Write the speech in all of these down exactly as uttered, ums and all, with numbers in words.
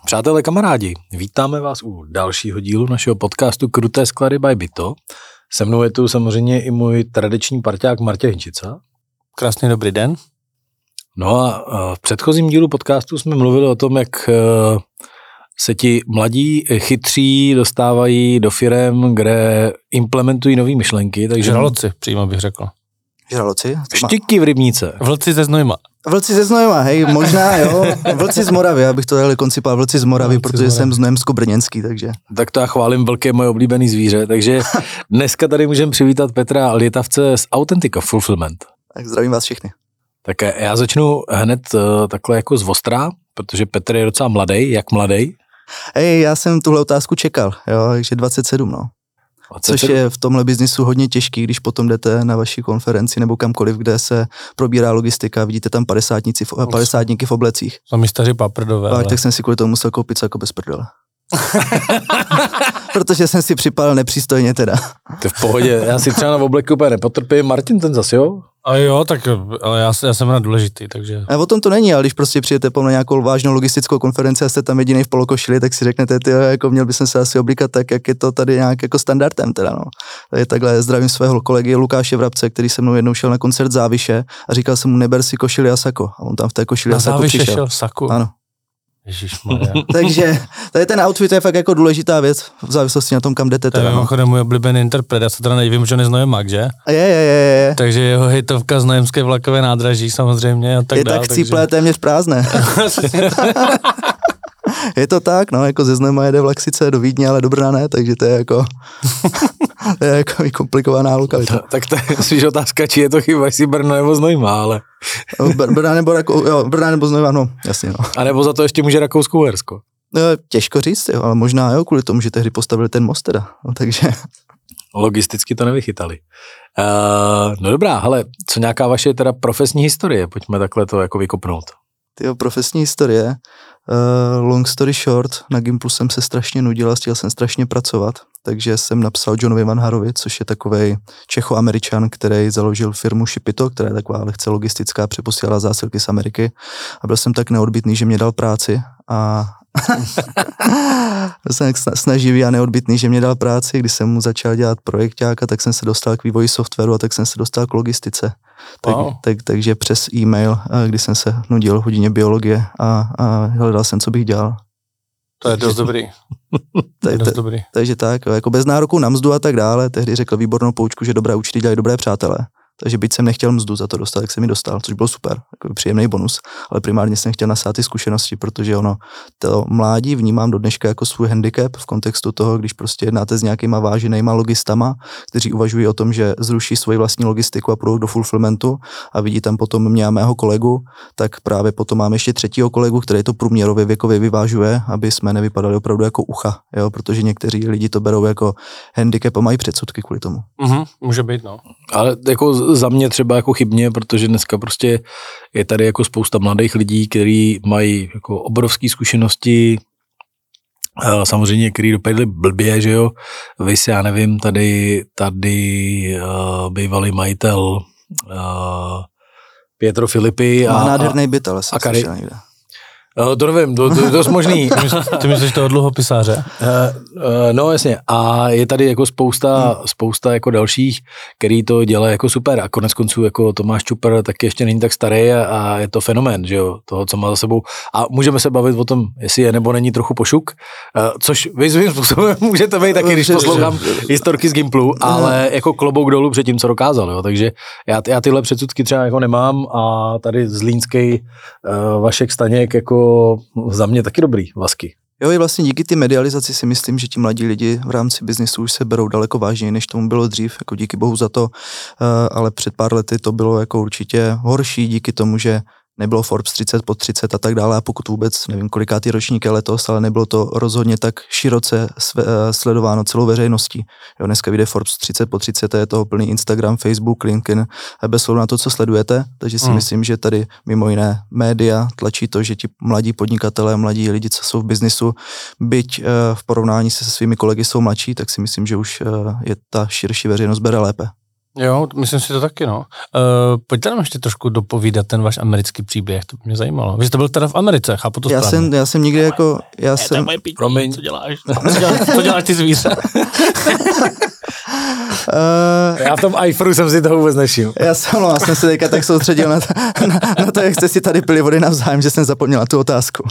Přátelé, kamarádi, vítáme vás u dalšího dílu našeho podcastu Kruté sklady by Byto. Se mnou je tu samozřejmě i můj tradiční parťák Martě Hinčica. Krásný dobrý den. No a v předchozím dílu podcastu jsme mluvili o tom, jak se ti mladí chytří dostávají do firem, kde implementují nové myšlenky. Takže žraloci, přímo bych řekl. Žraloci? Štíky v rybníce. Vlci ze Znojma. Vlci ze Znojma, hej, možná, jo. Vlci z Moravy, abych to dali koncipál, vlci z Moravy, vlci protože z Moravy. Jsem znojemsko-brněnský, takže. Tak to já chválím, vlk je moje oblíbený zvíře, takže dneska tady můžeme přivítat Petra Lietavce z Authentica Fulfillment. Tak zdravím vás všechny. Tak já začnu hned uh, takhle jako z ostra, protože Petr je docela mladý, jak mladý? Hej, já jsem tuhle otázku čekal, jo, takže dvacet sedm, no. dvacet sedm? Což je v tomhle biznisu hodně těžký, když potom jdete na vaši konferenci nebo kamkoliv, kde se probírá logistika, vidíte tam padesátníci, padesátníky v oblecích. Sami staří paprdové. Tak, tak jsem si kvůli tomu musel koupit jako bez prdele. Protože jsem si připadal nepřístojně teda. To je v pohodě, já si třeba na obleku úplně nepotrpím. Martin ten zas, jo? A jo, tak ale já, já jsem na důležitý, takže... A o tom to není, ale když prostě přijete na nějakou vážnou logistickou konferenci a jste tam jediný v polokošili, tak si řeknete, ty, jako měl bych se asi oblíkat tak, jak je to tady nějak jako standardem teda, no. Tady takhle zdravím svého kolegy Lukáše Vrabce, který se mnou jednou šel na koncert Záviše a říkal jsem mu, neber si košili a sako. A on tam v té košili a sako přišel. Šel v saku. Ano. Ježišmarja. Takže tady ten outfit je fakt jako důležitá věc v závislosti na tom, kam jdete. To je mimochodem můj oblíbený interpret, já se teda nevím, že on je Znojemák, že? Je, je, je, je. Takže jeho hejtovka z Znojemské vlakové nádraží samozřejmě a tak je dál. Je tak cíplé takže... téměř prázdné. Je to tak, no, jako ze Znojma jede vlak sice do Vídně, ale do Brna ne, takže to je jako, to je jako komplikovaná lokalita. No, tak to je spíš otázka, či je to chyba, jestli Brno nebo Znojma, ale... Brna nebo, Rakou, jo, Brna nebo Znojma, no, jasně, no. A nebo za to ještě může Rakousko-Uhersko. No, těžko říct, jo, ale možná, jo, kvůli tomu, že tehdy postavili ten most teda, no, takže... Logisticky to nevychytali. Uh, no dobrá, hele, co nějaká vaše teda profesní historie? Pojďme takhle to jako vykopnout. Tyjo, profesní historie, uh, long story short, na Gimplu jsem se strašně nudil a chtěl jsem strašně pracovat, takže jsem napsal Johnovi Vanharovi, což je takovej Čecho-Američan, který založil firmu Shipito, která je taková lehce logistická, přeposílala zásilky z Ameriky a byl jsem tak neodbytný, že mě dal práci a byl jsem snaživý a neodbytný, že mě dal práci, když jsem mu začal dělat projekťáka, tak jsem se dostal k vývoji softwaru a tak jsem se dostal k logistice. Tak, wow. tak, takže přes e-mail, kdy jsem se nudil v hodině biologie a, a hledal jsem, co bych dělal. To je dost dobrý. To je dost dobrý. Takže tak, jako bez nároku na mzdu a tak dále, tehdy řekl výbornou poučku, že dobré učitele dělají dobré přátelé. Takže byť jsem nechtěl mzdu za to dostat, tak jsem mi dostal, což byl super, jako příjemný bonus, ale primárně jsem chtěl nasát ty zkušenosti, protože ono, to mládí vnímám do dneška jako svůj handicap v kontextu toho, když prostě jednáte s nějakýma váženýma logistama, kteří uvažují o tom, že zruší svoji vlastní logistiku a půjdou do fulfillmentu a vidí tam potom mě a mého kolegu, tak právě potom máme ještě třetího kolegu, který to průměrově věkově vyvážuje, aby jsme nevypadali opravdu jako ucha, jo, protože někteří lidi to berou jako handicap a mají předsudky kvůli tomu. Mhm, může být, no. Ale jako za mě třeba jako chybně, protože dneska prostě je tady jako spousta mladých lidí, kteří mají jako obrovské zkušenosti, samozřejmě, který dopadli blbě, že jo. Vy si, já nevím, tady, tady uh, bývalý majitel uh, Pietro Filippi a, nádherný byt, ale jsem a slyšel někde. Uh, to nevím, to, to, to je možný. Ty myslíš toho dluhopisáře? Uh, uh, no jasně, a je tady jako spousta, hmm. spousta jako dalších, který to dělají jako super a konec konců jako Tomáš Čupr taky ještě není tak starý a, a je to fenomén, že jo, toho, co má za sebou. A můžeme se bavit o tom, jestli je nebo není trochu pošuk, uh, což vy svým způsobem můžete být taky, když poslouchám historky z Gimplu, ale jako klobouk dolů před tím, co dokázal, jo, takže já, já tyhle předsudky třeba jako nemám a tady zlínský uh, Vašek Staněk jako za mě taky dobrý Vasky. Jo, i vlastně díky ty medializaci si myslím, že ti mladí lidi v rámci biznisu už se berou daleko vážněji, než tomu bylo dřív, jako díky bohu za to, ale před pár lety to bylo jako určitě horší díky tomu, že nebylo Forbes třicet pod třicet a tak dále a pokud vůbec, nevím kolikátý ročník je letos, ale nebylo to rozhodně tak široce sledováno celou veřejností. Jo, dneska vyjde Forbes třicet pod třicet, je toho plný Instagram, Facebook, LinkedIn, bez slovu na to, co sledujete, takže si hmm. myslím, že tady mimo jiné média tlačí to, že ti mladí podnikatelé, mladí lidi, co jsou v biznisu, byť v porovnání se svými kolegy jsou mladší, tak si myslím, že už je ta širší veřejnost bere lépe. Jo, myslím si to taky, no. Uh, pojďte nám ještě trošku dopovídat ten váš americký příběh, to by mě zajímalo. Vy jste byl teda v Americe, chápu to já správně. Jsem, já jsem nikdy jako, já je, jsem... Pití, promiň, co děláš? Co děláš, co děláš ty zvíře? Uh, já v tom iPhoneu jsem si toho vůbec nevšiml. Já jsem, no, já jsem se teďka tak soustředil na to, na, na to, jak jste si tady pili vody navzájem, že jsem zapomněl na tu otázku.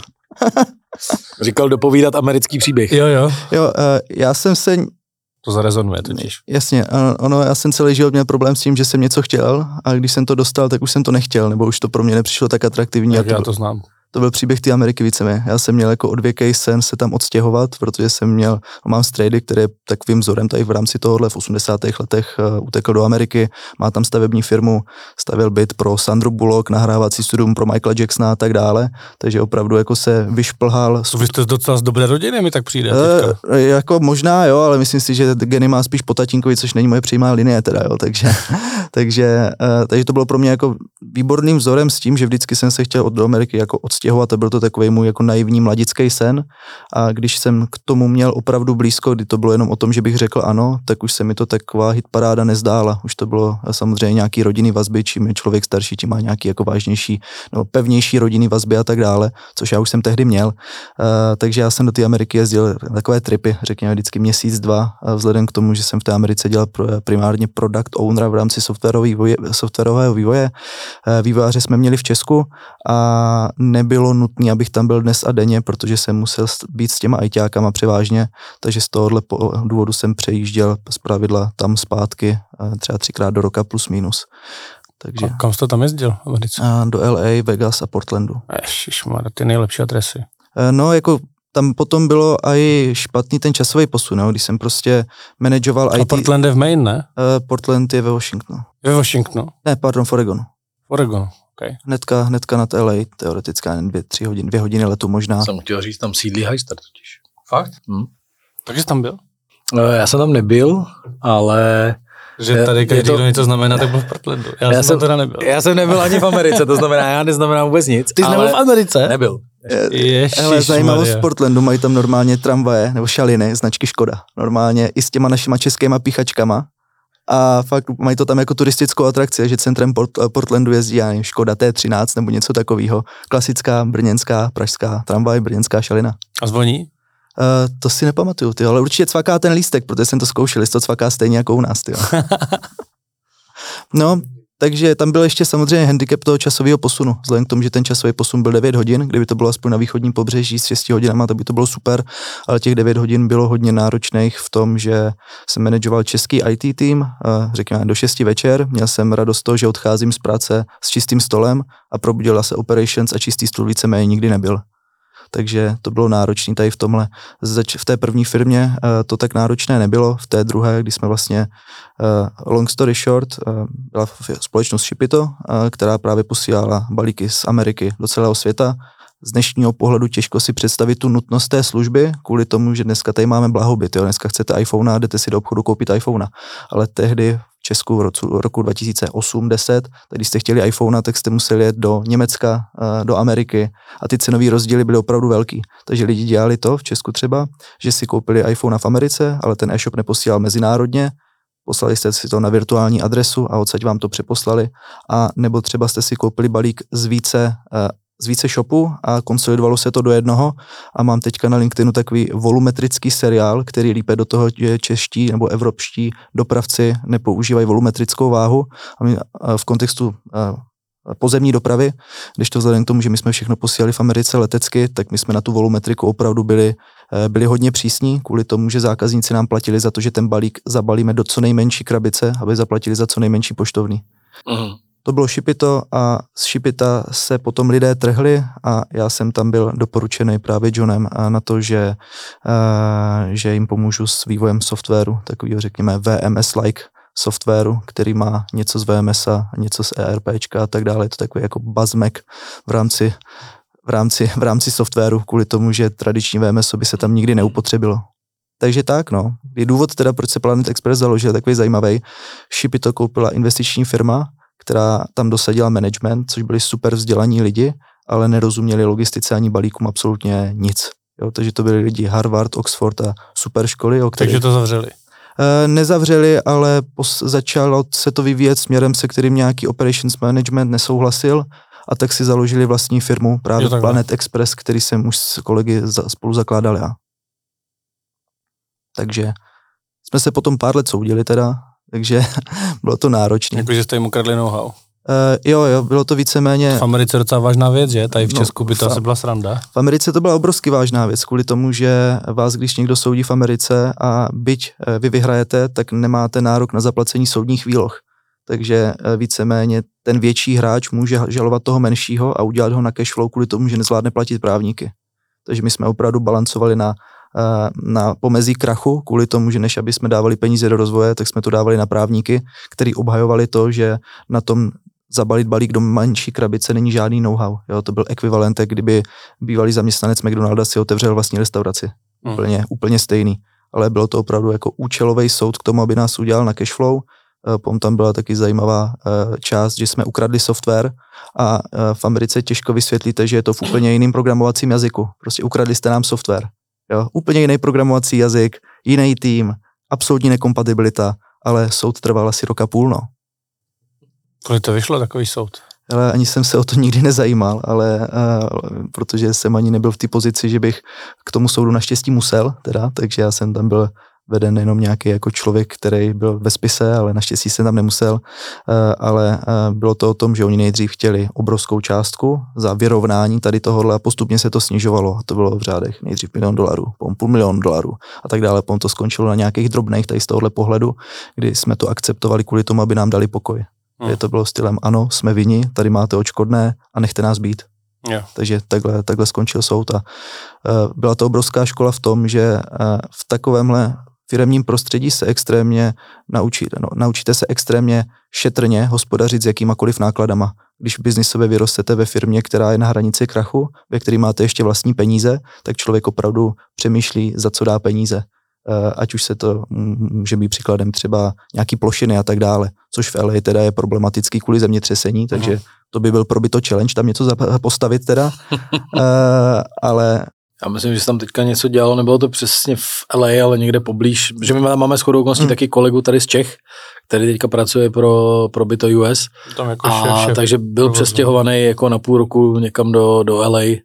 Říkal dopovídat americký příběh. Jo, jo. Jo, uh, já jsem se... To zarezonuje totiž. Jasně, ono, já jsem celý život měl problém s tím, že jsem něco chtěl a když jsem to dostal, tak už jsem to nechtěl, nebo už to pro mě nepřišlo tak atraktivní. Tak to, já to znám. To byl příběh té Ameriky víceméně. Já jsem měl jako odvěkej sen se tam odstěhovat, protože jsem měl, mám strejdy, který je takovým vzorem tady v rámci tohohle v osmdesátých letech uh, utekl do Ameriky, má tam stavební firmu, stavěl byt pro Sandru Bullock, nahrávací studium pro Michaela Jacksona a tak dále, takže opravdu jako se vyšplhal. Vy jste docela z dobré rodiny, mi tak přijde. Uh, jako možná jo, ale myslím si, že geny má spíš po tatínkovi, což není moje přímá linie teda, jo, takže, takže, uh, takže to bylo pro mě jako výborným vzorem s tím, že vždycky jsem se chtěl od do Ameriky jako odstěhovat a byl to takový můj jako naivní mladický sen a když jsem k tomu měl opravdu blízko, kdy to bylo jenom o tom, že bych řekl ano, tak už se mi to taková hitparáda nezdála. Už to bylo samozřejmě nějaký rodinný vazby, čím je člověk starší, tím má nějaký jako vážnější nebo pevnější rodinný vazby a tak dále, což já už jsem tehdy měl. Uh, takže já jsem do té Ameriky jezdil takové tripy, řekněme vždycky měsíc, dva, a vzhledem k tomu, že jsem v té Americe dělal pro, primárně product ownera v rámci softwarového vývoje. Uh, vývojáře jsme měli v Česku a nebylo nutné, abych tam byl dnes a denně, protože jsem musel být s těma ajťákama převážně, takže z tohohle důvodu jsem přejížděl zpravidla tam zpátky třeba třikrát do roka plus minus. Takže, a kam jste tam jezdil v Americe? Do L A, Vegas a Portlandu. Ježišmarja, ty nejlepší adresy. No, jako tam potom bylo i špatný ten časový posun, no, když jsem prostě manažoval a I T. Portland je v Maine, ne? Uh, Portland je ve Washingtonu. Ve Washingtonu? Ne, pardon, v Oregonu. V Oregonu. Okay. Hnedka, hnedka nad L A, teoretická dvě, tři hodiny, dvě hodiny letu možná. Jsem chtěl říct, tam sídlí Hyster totiž. Fakt? Hm. Takže jsi tam byl? Já jsem tam nebyl, ale... Že tady každý, to... kdo něco znamená, tak byl v Portlandu. Já, já jsem tam teda nebyl. Já jsem nebyl ani v Americe, to znamená, já neznamenám vůbec nic. Ty jsi nebyl v Americe? Nebyl. Ježiš, hele, zajímavost v Portlandu, mají tam normálně tramvaje nebo šaliny, značky Škoda. Normálně i s těma našima českýma píchačkama. A fakt mají to tam jako turistickou atrakci, že centrem Port, Portlandu jezdí já nevím, Škoda T třináct nebo něco takového. Klasická brněnská, pražská tramvaj, brněnská šalina. A zvoní? Uh, to si nepamatuju, ty, ale určitě cvaká ten lístek, protože jsem to zkoušel, jestli to cvaká stejně jako u nás, ty. No, takže tam byl ještě samozřejmě handicap toho časového posunu. Vzhledem k tomu, že ten časový posun byl devět hodin, kdyby to bylo aspoň na východním pobřeží s šesti hodinama, tak by to bylo super, ale těch devět hodin bylo hodně náročných v tom, že jsem manažoval český I T tým, řekněme do šesti večer, měl jsem radost z toho, že odcházím z práce s čistým stolem a probudila se operations a čistý stůl víceméně nikdy nebyl. Takže to bylo náročné tady v tomhle. V té první firmě to tak náročné nebylo, v té druhé, kdy jsme vlastně, long story short, byla společnost Shipito, která právě posílala balíky z Ameriky do celého světa. Z dnešního pohledu těžko si představit tu nutnost té služby, kvůli tomu, že dneska tady máme blahobyt. Jo? Dneska chcete iPhone a jdete si do obchodu koupit iPhone. Ale tehdy v Česku v roku dva tisíce osm deset, tak když jste chtěli iPhone, tak jste museli jet do Německa, do Ameriky a ty cenové rozdíly byly opravdu velký. Takže lidi dělali to v Česku třeba, že si koupili iPhone v Americe, ale ten e-shop neposílal mezinárodně, poslali jste si to na virtuální adresu a odsaď vám to přeposlali, a nebo třeba jste si koupili balík z více z více shopů a konsolidovalo se to do jednoho a mám teďka na LinkedInu takový volumetrický seriál, který lípe do toho, že čeští nebo evropští dopravci nepoužívají volumetrickou váhu a my v kontextu pozemní dopravy, když to vzhledem k tomu, že my jsme všechno posílali v Americe letecky, tak my jsme na tu volumetriku opravdu byli, byli hodně přísní, kvůli tomu, že zákazníci nám platili za to, že ten balík zabalíme do co nejmenší krabice, aby zaplatili za co nejmenší poštovný. Uh-huh. To bylo Shipito a z Shipita se potom lidé trhli a já jsem tam byl doporučený právě Johnem na to, že, že jim pomůžu s vývojem softwaru, takového řekněme V M S-like softwaru, který má něco z V M S a něco z E R P čka a tak dále. Je to takový jako buzzmac v rámci, v rámci, v rámci softwaru, kvůli tomu, že tradiční V M S by se tam nikdy neupotřebilo. Takže tak, no. Je důvod teda, proč se Planet Express založil, takový zajímavý. Shipito koupila investiční firma, která tam dosadila management, což byli super vzdělaní lidi, ale nerozuměli logistice ani balíkům absolutně nic. Jo, takže to byli lidi Harvard, Oxford a super školy. O kterých... Takže to zavřeli. Nezavřeli, ale pos- začalo se to vyvíjet směrem, se kterým nějaký operations management nesouhlasil a tak si založili vlastní firmu, právě jo, Planet Express, který jsem už s kolegy za, spolu zakládal já. Takže jsme se potom pár let soudili teda, takže bylo to náročné. Jakože jste jim ukradli know-how. Uh, jo, jo, bylo to víceméně... V Americe docela vážná věc, že? Tady v Česku no, by to asi byla sranda. V Americe to byla obrovsky vážná věc, kvůli tomu, že vás, když někdo soudí v Americe a byť vy vyhrajete, tak nemáte nárok na zaplacení soudních výloh. Takže víceméně ten větší hráč může žalovat toho menšího a udělat ho na cash flow kvůli tomu, že nezvládne platit právníky. Takže my jsme opravdu balancovali na, na pomezí krachu, kvůli tomu, že než aby jsme dávali peníze do rozvoje, tak jsme to dávali na právníky, který obhajovali to, že na tom zabalit balík do menší krabice není žádný know-how. Jo, to byl ekvivalent, kdyby bývalý zaměstnanec McDonalda si otevřel vlastní restauraci. Hmm. Úplně, úplně stejný. Ale bylo to opravdu jako účelový soud k tomu, aby nás udělal na cashflow. Potom tam byla taky zajímavá část, že jsme ukradli software a v Americe těžko vysvětlíte, že je to v úplně jiným programovacím jazyku. Prostě ukradli jste nám software. Jo, úplně jiný programovací jazyk, jiný tým, absolutní nekompatibilita, ale soud trval asi roka půl, no. Kolik to vyšlo, takový soud? Ale ani jsem se o to nikdy nezajímal, ale uh, protože jsem ani nebyl v té pozici, že bych k tomu soudu naštěstí musel, teda, takže já jsem tam byl veden jenom nějaký jako člověk, který byl ve spise, ale naštěstí jsem tam nemusel, uh, ale uh, bylo to o tom, že oni nejdřív chtěli obrovskou částku za vyrovnání tady tohohle a postupně se to snižovalo a to bylo v řádech nejdřív milion dolarů, potom půl milion dolarů a tak dále, potom to skončilo na nějakých drobných tady z tohohle pohledu, kdy jsme to akceptovali kvůli tomu, aby nám dali pokoj. Hmm. To bylo stylem, ano, jsme vinni, tady máte odškodné a nechte nás být. Yeah. Takže takhle, takhle skončil soud a uh, byla to obrovská škola v tom, že uh, v takovémhle firemním prostředí se extrémně naučíte, no, naučíte se extrémně šetrně hospodařit s jakýmakoliv nákladama. Když biznisově vyrostete ve firmě, která je na hranici krachu, ve které máte ještě vlastní peníze, tak člověk opravdu přemýšlí, za co dá peníze. Ať už se to může být příkladem třeba nějaký plošiny a tak dále, což v L A teda je problematický kvůli zemětřesení, takže uh-huh. to by byl probito challenge tam něco postavit teda, uh, ale... Já myslím, že se tam teďka něco dělalo, nebylo to přesně v L A, ale někde poblíž, že my máme shodou okolností hmm. taky kolegu tady z Čech, který teďka pracuje pro, pro Byto U S, tam jako a šéf, šéf takže byl provozný. Přestěhovaný jako na půl roku někam do, do L A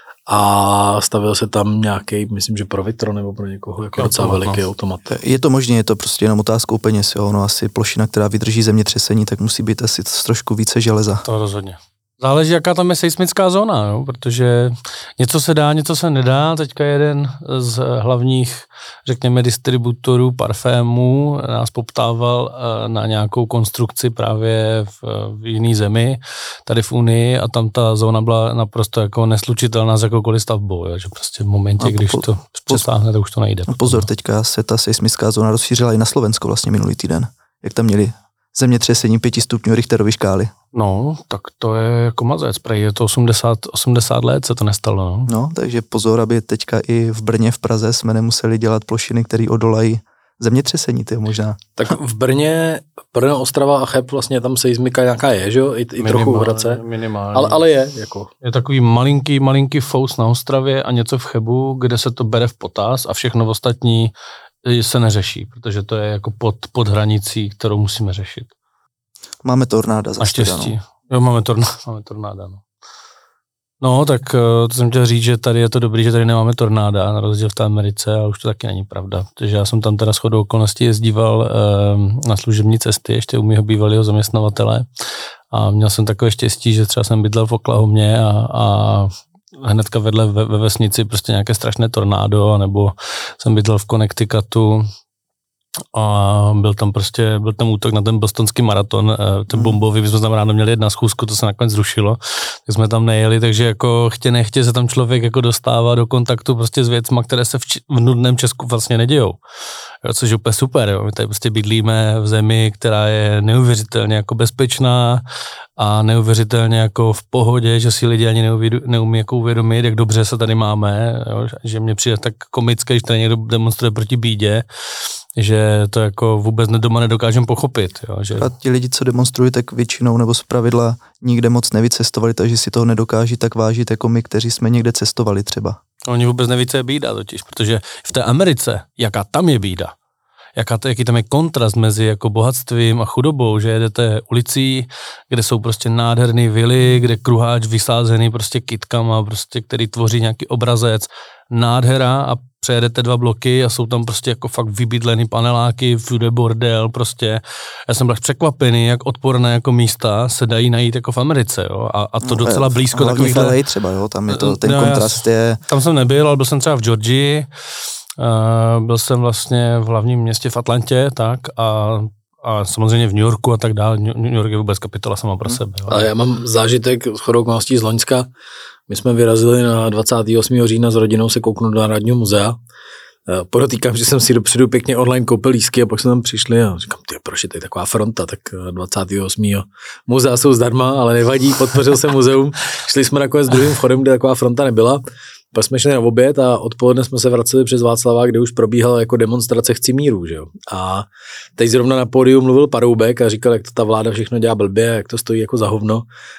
a stavil se tam nějaký, myslím, že pro Vitro nebo pro někoho, jako docela veliký no. automat. Je to možné, je to prostě jenom otázkou peněz, jo, no asi plošina, která vydrží zemětřesení, tak musí být asi trošku více železa. To rozhodně. Záleží, jaká tam je seismická zóna, no, protože něco se dá, něco se nedá. Teďka jeden z hlavních, řekněme, distributorů parfémů nás poptával na nějakou konstrukci právě v, v jiné zemi, tady v Unii, a tam ta zóna byla naprosto jako neslučitelná s jakoukoliv stavbou, jo, že prostě v momentě, když po, to přesáhne, tak už to nejde. No pozor, teďka se ta seismická zóna rozšířila i na Slovensko vlastně minulý týden, jak tam měli zemětřesení pěti stupňů Richterovy škály. No, tak to je jako mazec, prej je to osmdesát, osmdesát let se to nestalo. No. no, takže pozor, aby teďka i v Brně, v Praze jsme nemuseli dělat plošiny, které odolají zemětřesení, ty možná. Tak v Brně, Brno, Ostrava a Cheb vlastně tam seismika nějaká je, že jo? I, i trochu v Hradce. Minimálně. Ale, ale je, jako. Je takový malinký, malinký fous na Ostravě a něco v Chebu, kde se to bere v potaz a všechno ostatní se neřeší, protože to je jako pod, pod hranicí, kterou musíme řešit. Máme tornáda. Naštěstí. Jo, máme tornáda, máme tornáda, no. No, tak to jsem chtěl říct, že tady je to dobrý, že tady nemáme tornáda, na rozdíl v té Americe, ale už to taky není pravda. Protože já jsem tam teda shodou okolností jezdíval eh, na služební cesty, ještě u mého bývalého zaměstnavatele, a měl jsem takové štěstí, že třeba jsem bydlel v Oklahomě a, a hnedka vedle ve, ve vesnici prostě nějaké strašné tornádo, nebo jsem bydlel v Connecticutu a byl tam prostě, byl tam útok na ten bostonský maraton, ten bombový, my jsme tam ráno měli jedna schůzku, to se nakonec zrušilo, tak jsme tam nejeli, takže jako chtě nechtě se tam člověk jako dostává do kontaktu prostě s věcma, které se v, či, v nudném Česku vlastně nedějou. Jo, což je úplně super, jo. My tady prostě bydlíme v zemi, která je neuvěřitelně jako bezpečná a neuvěřitelně jako v pohodě, že si lidi ani neuvědu, neumí jako uvědomit, jak dobře se tady máme, jo. Že mě přijde tak komické, když tady někdo demonstruje proti bídě, že to jako vůbec doma nedokážeme pochopit. Jo, že... A ti lidi, co demonstrují, tak většinou nebo zpravidla nikde moc nevycestovali, takže si toho nedokáží tak vážit jako my, kteří jsme někde cestovali třeba. Oni vůbec neví, co je bída totiž, protože v té Americe, jaká tam je bída, jaká to, jaký tam je kontrast mezi jako bohatstvím a chudobou, že jedete ulicí, kde jsou prostě nádherný vily, kde kruháč vysázený prostě kytkama, prostě, který tvoří nějaký obrazec, nádhera a přejedete dva bloky a jsou tam prostě jako fakt vybydlený paneláky, všude bordel, prostě. Já jsem byl překvapený, jak odporné jako místa se dají najít jako v Americe, jo, a, a to no, docela blízko takových. Hlavně v L A třeba, jo, tam je to, ten no, kontrast je... Tam jsem nebyl, ale byl jsem třeba v Georgii, uh, byl jsem vlastně v hlavním městě v Atlantě, tak, a a samozřejmě v New Yorku a tak dále. New York je vůbec kapitola sama pro sebe. Jo. Ale já mám zážitek shodou okolností z Loňska. My jsme vyrazili na dvacátého osmého října s rodinou se kouknout do Národního muzea. Podotýkám, že jsem si dopředu pěkně online koupil lístky a pak jsme tam přišli a říkám, ty, proč je tady taková fronta, tak dvacátého osmého muzea jsou zdarma, ale nevadí, podpořil jsem muzeum. Šli jsme nakonec druhým vchodem, kde taková fronta nebyla. Pak jsme šli na oběd a odpoledne jsme se vraceli přes Václavák, kde už probíhala jako demonstrace Chci míru, že jo. A teď zrovna na pódiu mluvil Paroubek a říkal, jak to ta vláda všechno dělá blbě, jak to stojí jako za hovno.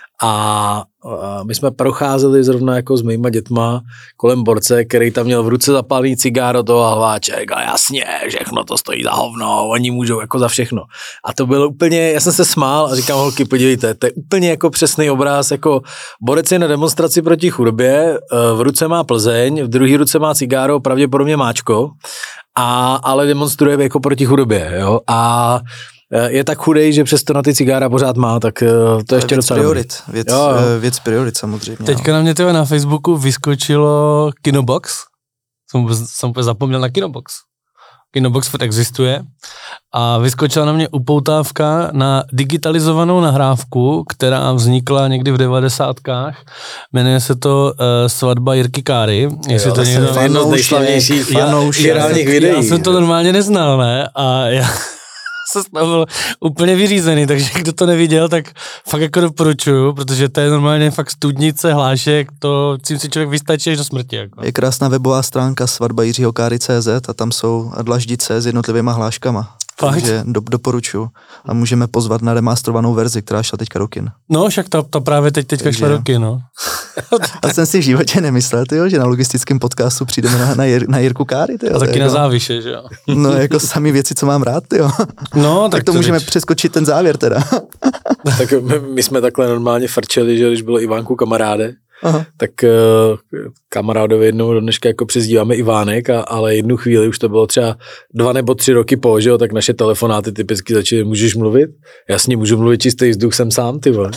A my jsme procházeli zrovna jako s mýma dětma kolem borce, který tam měl v ruce zapálený cigáro toho halváček a jasně, všechno to stojí za hovno, oni můžou jako za všechno. A to bylo úplně, já jsem se smál a říkám, holky, podívejte, to je úplně jako přesný obraz, jako borec je na demonstraci proti chudobě, v ruce má Plzeň, v druhé ruce má cigáro, pravděpodobně máčko, a, ale demonstruje jako proti chudobě, jo, a je tak chudej, že přesto na ty cigára pořád má, tak to je ještě docela priorit, věc, jo, jo. věc priorit samozřejmě. Teďka jo. na mě tyhle na Facebooku vyskočilo Kinobox, jsem, jsem úplně zapomněl na Kinobox. Kinobox furt existuje a vyskočila na mě upoutávka na digitalizovanou nahrávku, která vznikla někdy v devadesátkách. Jmenuje se to uh, Svatba Jirky Káry. Jestli jo, to někdo... Jedno z nejslavnějších virálních videí. Já jsem to normálně neznal, ne? A já... se z toho byl úplně vyřízený, takže kdo to neviděl, tak fakt jako doporučuju, protože to je normálně fakt studnice, hlášek, to tím si člověk vystačí až do smrti. Jako. Je krásná webová stránka svatba Jiřího Káry tečka cé zet a tam jsou dlaždice s jednotlivýma hláškama. Fakt? Takže do, doporučuju. A můžeme pozvat na remasterovanou verzi, která šla teďka do kin. No, však ta, ta právě teď teďka takže... šla do kin, no. A jsem si v životě nemyslel, tyjo, že na logistickém podcastu přijdeme na, na, Jir, na Jirku Káry. Tyjo, a taky jako, na Záviše, že jo? No, jako sami věci, co mám rád, tyjo. No, tak, tak to, to můžeme teď... přeskočit ten závěr teda. Tak my, my jsme takhle normálně frčeli, že když bylo Ivánku kamaráde, aha. tak uh, kamarádovi jednou do dneška jako přezdíváme Ivánek, a, ale jednu chvíli, už to bylo třeba dva nebo tři roky po, že jo, tak naše telefonáty typicky začaly, můžeš mluvit? Jasně, můžu mluvit, čistý vzduch, jsem sám, ty vole.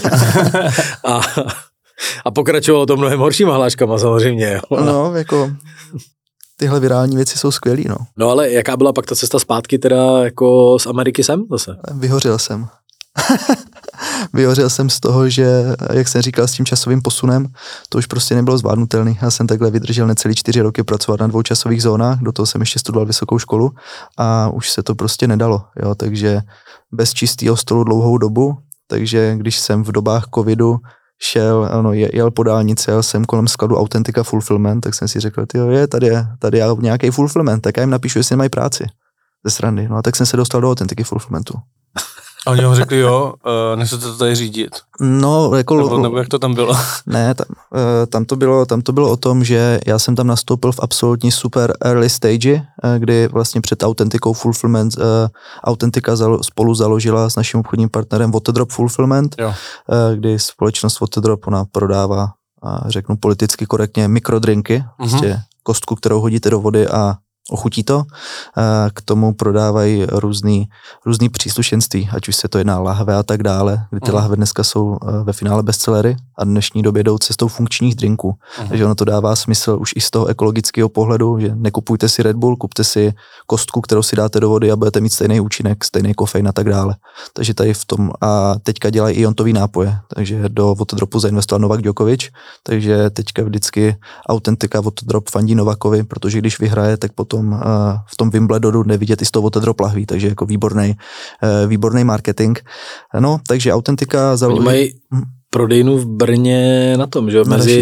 a, a pokračovalo to mnohem horšíma hláškama samozřejmě. Jo. No, jako tyhle virální věci jsou skvělý, no. No ale jaká byla pak ta cesta zpátky teda jako z Ameriky sem zase? Vyhořel jsem. Vyhořel jsem z toho, že, jak jsem říkal, s tím časovým posunem, to už prostě nebylo zvládnutelný. Já jsem takhle vydržel necelý čtyři roky pracovat na dvou časových zónách, do toho jsem ještě studoval vysokou školu a už se to prostě nedalo, jo, takže bez čistého stolu dlouhou dobu, takže když jsem v dobách covidu šel, ano, jel po dálnici, jel jsem kolem skladu Authentica Fulfillment, tak jsem si řekl, tyjo, je, tady je, tady je nějaký fulfillment, tak já jim napíšu, jestli nemají práci ze srandy. No a tak jsem se dostal do Authentiky Fulfillmentu. A oni vám řekli, jo, uh, nechcete to tady řídit. No, jako... Nebo, nebo jak to tam bylo? Ne, tam, uh, tam, to bylo, tam to bylo o tom, že já jsem tam nastoupil v absolutní super early stage, uh, kdy vlastně před Authentikou Fulfillment uh, Authentica zalo, spolu založila s naším obchodním partnerem Waterdrop Fulfillment, jo. Uh, kdy společnost Waterdrop, ona prodává, uh, řeknu politicky korektně, mikrodrinky, uh-huh. prostě kostku, kterou hodíte do vody a ochutí to. K tomu prodávají různý, různý příslušenství, ať už se to jedná lahve a tak dále, kdy ty lahve dneska jsou ve finále bestsellery a v dnešní době jdou cestou funkčních drinků. Uh-huh. Takže ono to dává smysl už i z toho ekologického pohledu, že nekupujte si Red Bull, kupte si kostku, kterou si dáte do vody a budete mít stejný účinek, stejný kofein a tak dále. Takže tady v tom a teďka dělají iontový nápoje, takže do Waterdropu zainvestoval Novak Djokovic, takže teďka vždycky Authentica Waterdrop fandí Novakovi, protože když vyhraje, tak potom v tom Wimbledonu nevidět i z toho Waterdrop lahví, takže jako výborný, výborný marketing. No, takže Authentica založí... Oni mají prodejnu v Brně na tom, že jo? Mezi...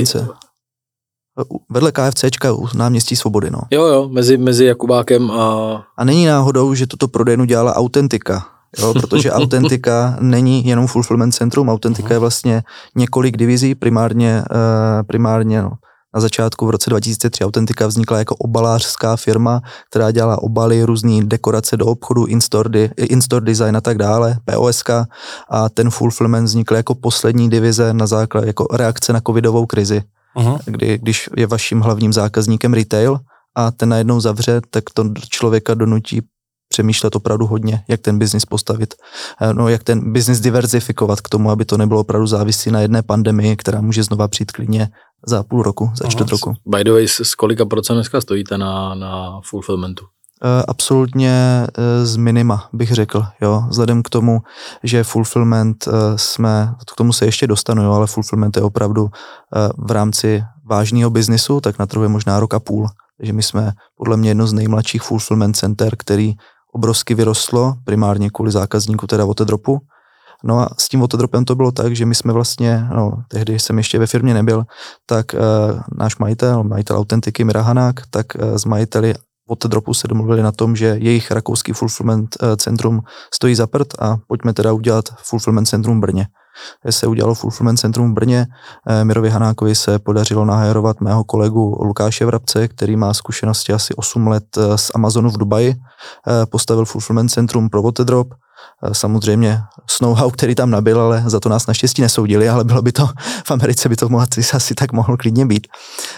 Vedle KFCčka u náměstí Svobody, no. Jo, jo, mezi, mezi Jakubákem a... A není náhodou, že tuto prodejnu dělala Authentica, jo, protože Authentica není jenom fulfillment centrum, Authentica je vlastně několik divizí, primárně, primárně no, Na začátku v roce dva tisíce tři Autentika vznikla jako obalářská firma, která dělala obaly, různé dekorace do obchodu, in-store, in-store design a tak dále, P O S K, a ten fulfillment vznikl jako poslední divize na základě jako reakce na covidovou krizi, uh-huh. kdy když je vaším hlavním zákazníkem retail a ten najednou zavře, tak to člověka donutí přemýšlet opravdu hodně, jak ten biznis postavit, no, jak ten biznis diverzifikovat k tomu, aby to nebylo opravdu závislé na jedné pandemii, která může znova přijít klidně za půl roku, za čtvrt roku. By the way, z kolika procent dneska stojíte na, na fulfillmentu? Absolutně z minima, bych řekl, jo, vzhledem k tomu, že fulfillment jsme, k tomu se ještě dostanu, jo, ale fulfillment je opravdu v rámci vážného biznisu, tak na trhu je možná rok a půl. Takže my jsme podle mě jedno z nejmladších fulfillment center, který obrovsky vyrostlo, primárně kvůli zákazníku teda Waterdropu. No a s tím Waterdropem to bylo tak, že my jsme vlastně, no tehdy jsem ještě ve firmě nebyl, tak e, náš majitel, majitel Autentiky Mira Hanák, tak e, s majiteli Waterdropu se domluvili na tom, že jejich rakouský fulfillment e, centrum stojí za prd a pojďme teda udělat fulfillment centrum v Brně. Se udělalo fulfillment centrum v Brně, Mirovi Hanákovi se podařilo nahajrovat mého kolegu Lukáše Vrabce, který má zkušenosti asi osm let z Amazonu v Dubaji, postavil fulfillment centrum pro Waterdrop, samozřejmě s know-how, který tam nabyl, ale za to nás naštěstí nesoudili, ale bylo by to, v Americe by to asi tak mohlo klidně být.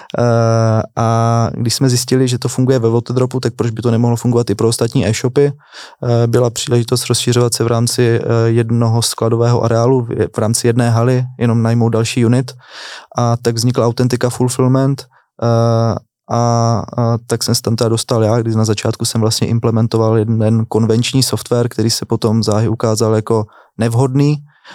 A když jsme zjistili, že to funguje ve Waterdropu, tak proč by to nemohlo fungovat i pro ostatní e-shopy? Byla příležitost rozšířovat se v rámci jednoho skladového areálu, v rámci jedné haly, jenom najmout další unit, a tak vznikla Autentika Fulfillment. A, a tak jsem se tam teda dostal já, když na začátku jsem vlastně implementoval jeden konvenční software, který se potom záhy ukázal jako nevhodný,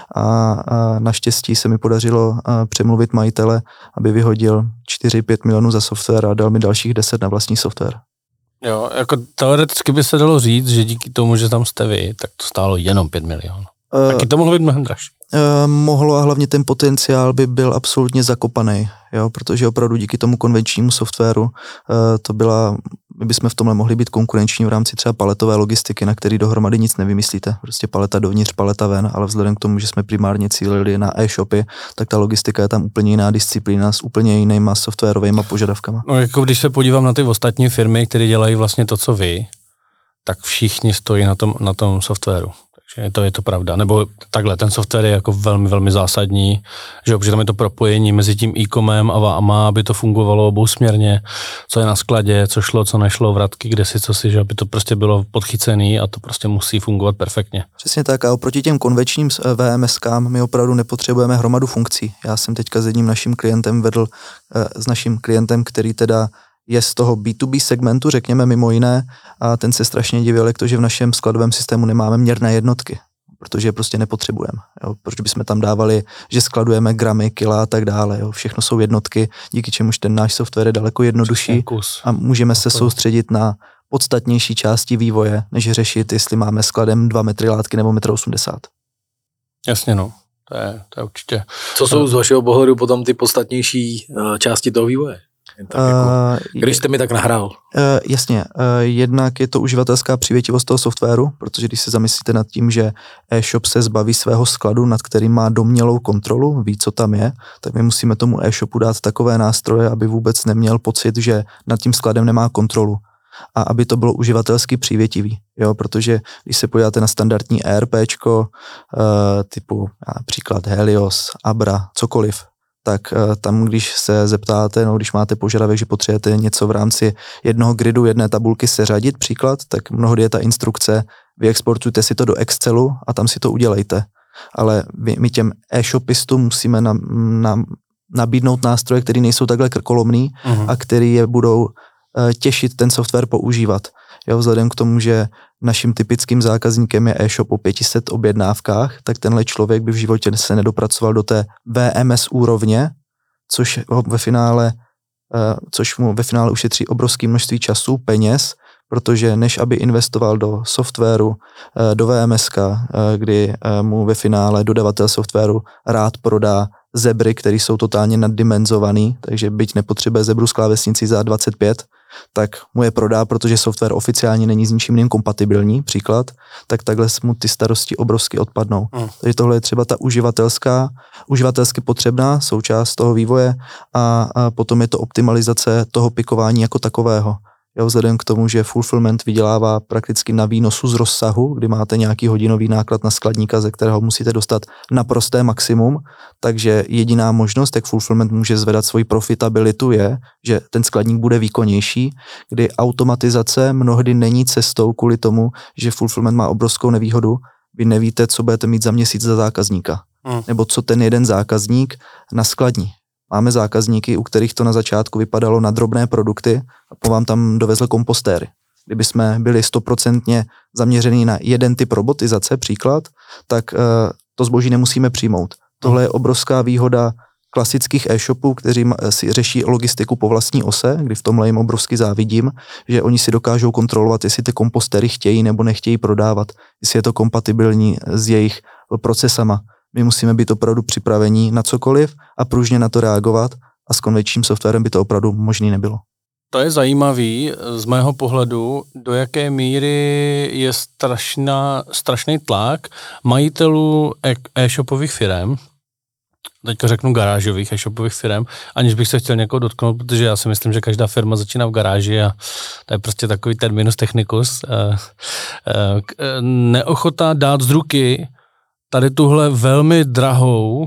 a, a naštěstí se mi podařilo přemluvit majitele, aby vyhodil čtyři pět milionů za software a dal mi dalších deset na vlastní software. Jo, jako teoreticky by se dalo říct, že díky tomu, že tam jste vy, tak to stálo jenom pět milionů. Uh, Taky to mohlo být mnohem dražší. Uh, mohlo, a hlavně ten potenciál by byl absolutně zakopaný, jo, protože opravdu díky tomu konvenčnímu softwaru uh, to byla, my bychom v tomhle mohli být konkurenční v rámci třeba paletové logistiky, na který dohromady nic nevymyslíte, prostě paleta dovnitř, paleta ven, ale vzhledem k tomu, že jsme primárně cílili na e-shopy, tak ta logistika je tam úplně jiná disciplína s úplně jinýma softwarovými požadavkama. No, jako když se podívám na ty ostatní firmy, které dělají vlastně to, co vy, tak všichni stojí na tom, na tom softwaru. Takže to je to pravda. Nebo takhle, ten software je jako velmi, velmi zásadní, že protože tam je to propojení mezi tím e-comem a váma, aby to fungovalo obousměrně, co je na skladě, co šlo, co nešlo, vratky, kde si, co si, že aby to prostě bylo podchycený a to prostě musí fungovat perfektně. Přesně tak, a oproti těm konvenčním V M S kám my opravdu nepotřebujeme hromadu funkcí. Já jsem teďka s jedním naším klientem vedl, s naším klientem, který teda je z toho B to B segmentu, řekněme mimo jiné, a ten se strašně divil, jak to, že v našem skladovém systému nemáme měrné jednotky, protože je prostě nepotřebujeme. Jo. Proč bychom tam dávali, že skladujeme gramy, kila a tak dále. Jo. Všechno jsou jednotky, díky čemuž ten náš software je daleko jednodušší a můžeme se soustředit na podstatnější části vývoje, než řešit, jestli máme skladem dva metry látky nebo metr osmdesát. Jasně, no. To je, to je určitě. Co jsou z vašeho pohledu potom ty podstatnější části toho vývoje? Tak jako, když jste mi tak nahrál. Uh, jasně, uh, jednak je to uživatelská přívětivost toho softwaru, protože když se zamyslíte nad tím, že e-shop se zbaví svého skladu, nad kterým má domnělou kontrolu, ví, co tam je, tak my musíme tomu e-shopu dát takové nástroje, aby vůbec neměl pocit, že nad tím skladem nemá kontrolu a aby to bylo uživatelsky přívětivý, jo, protože když se podíváte na standardní ERPčko, uh, typu například Helios, Abra, cokoliv, tak tam, když se zeptáte, no, když máte požadavek, že potřebujete něco v rámci jednoho gridu, jedné tabulky seřadit, příklad, tak mnohdy je ta instrukce, vyexportujte si to do Excelu a tam si to udělejte. Ale my těm e-shopistům musíme na, na, nabídnout nástroje, které nejsou takhle krkolomný uh-huh. a který je budou těšit ten software používat. Jo, vzhledem k tomu, že naším typickým zákazníkem je e-shop o pět set objednávkách, tak tenhle člověk by v životě se nedopracoval do té V M S úrovně, což ve finále, což mu ve finále ušetří obrovské množství času, peněz, protože než aby investoval do softwaru, do V M S ka, kdy mu ve finále dodavatel softwaru rád prodá zebry, které jsou totálně naddimenzovaný, takže byť nepotřebuje zebru z klávesnicí za dvacet pět, tak mu je prodá, protože software oficiálně není s ničím jiným kompatibilní, příklad, tak takhle mu ty starosti obrovsky odpadnou. Hmm. Takže tohle je třeba ta uživatelská, uživatelsky potřebná součást toho vývoje a, a potom je to optimalizace toho pikování jako takového. Jo, vzhledem k tomu, že fulfillment vydělává prakticky na výnosu z rozsahu, kdy máte nějaký hodinový náklad na skladníka, ze kterého musíte dostat naprosté maximum, takže jediná možnost, jak fulfillment může zvedat svoji profitabilitu, je, že ten skladník bude výkonnější, kdy automatizace mnohdy není cestou kvůli tomu, že fulfillment má obrovskou nevýhodu, vy nevíte, co budete mít za měsíc za zákazníka, hmm. nebo co ten jeden zákazník naskladní. Máme zákazníky, u kterých to na začátku vypadalo na drobné produkty a po vám tam dovezl kompostéry. Kdyby jsme byli stoprocentně zaměřený na jeden typ robotizace, příklad, tak uh, to zboží nemusíme přijmout. Tohle je obrovská výhoda klasických e-shopů, kteří si řeší logistiku po vlastní ose, kdy v tomhle jim obrovsky závidím, že oni si dokážou kontrolovat, jestli ty kompostéry chtějí nebo nechtějí prodávat, jestli je to kompatibilní s jejich procesama. My musíme být opravdu připravení na cokoliv a pružně na to reagovat a s konvenčním softwarem by to opravdu možný nebylo. To je zajímavý z mého pohledu, do jaké míry je strašná, strašný tlak majitelů e-shopových firem, teďka řeknu garážových e-shopových firm, aniž bych se chtěl někoho dotknout, protože já si myslím, že každá firma začíná v garáži a to je prostě takový terminus technicus. Neochota dát z ruky tady tuhle velmi drahou,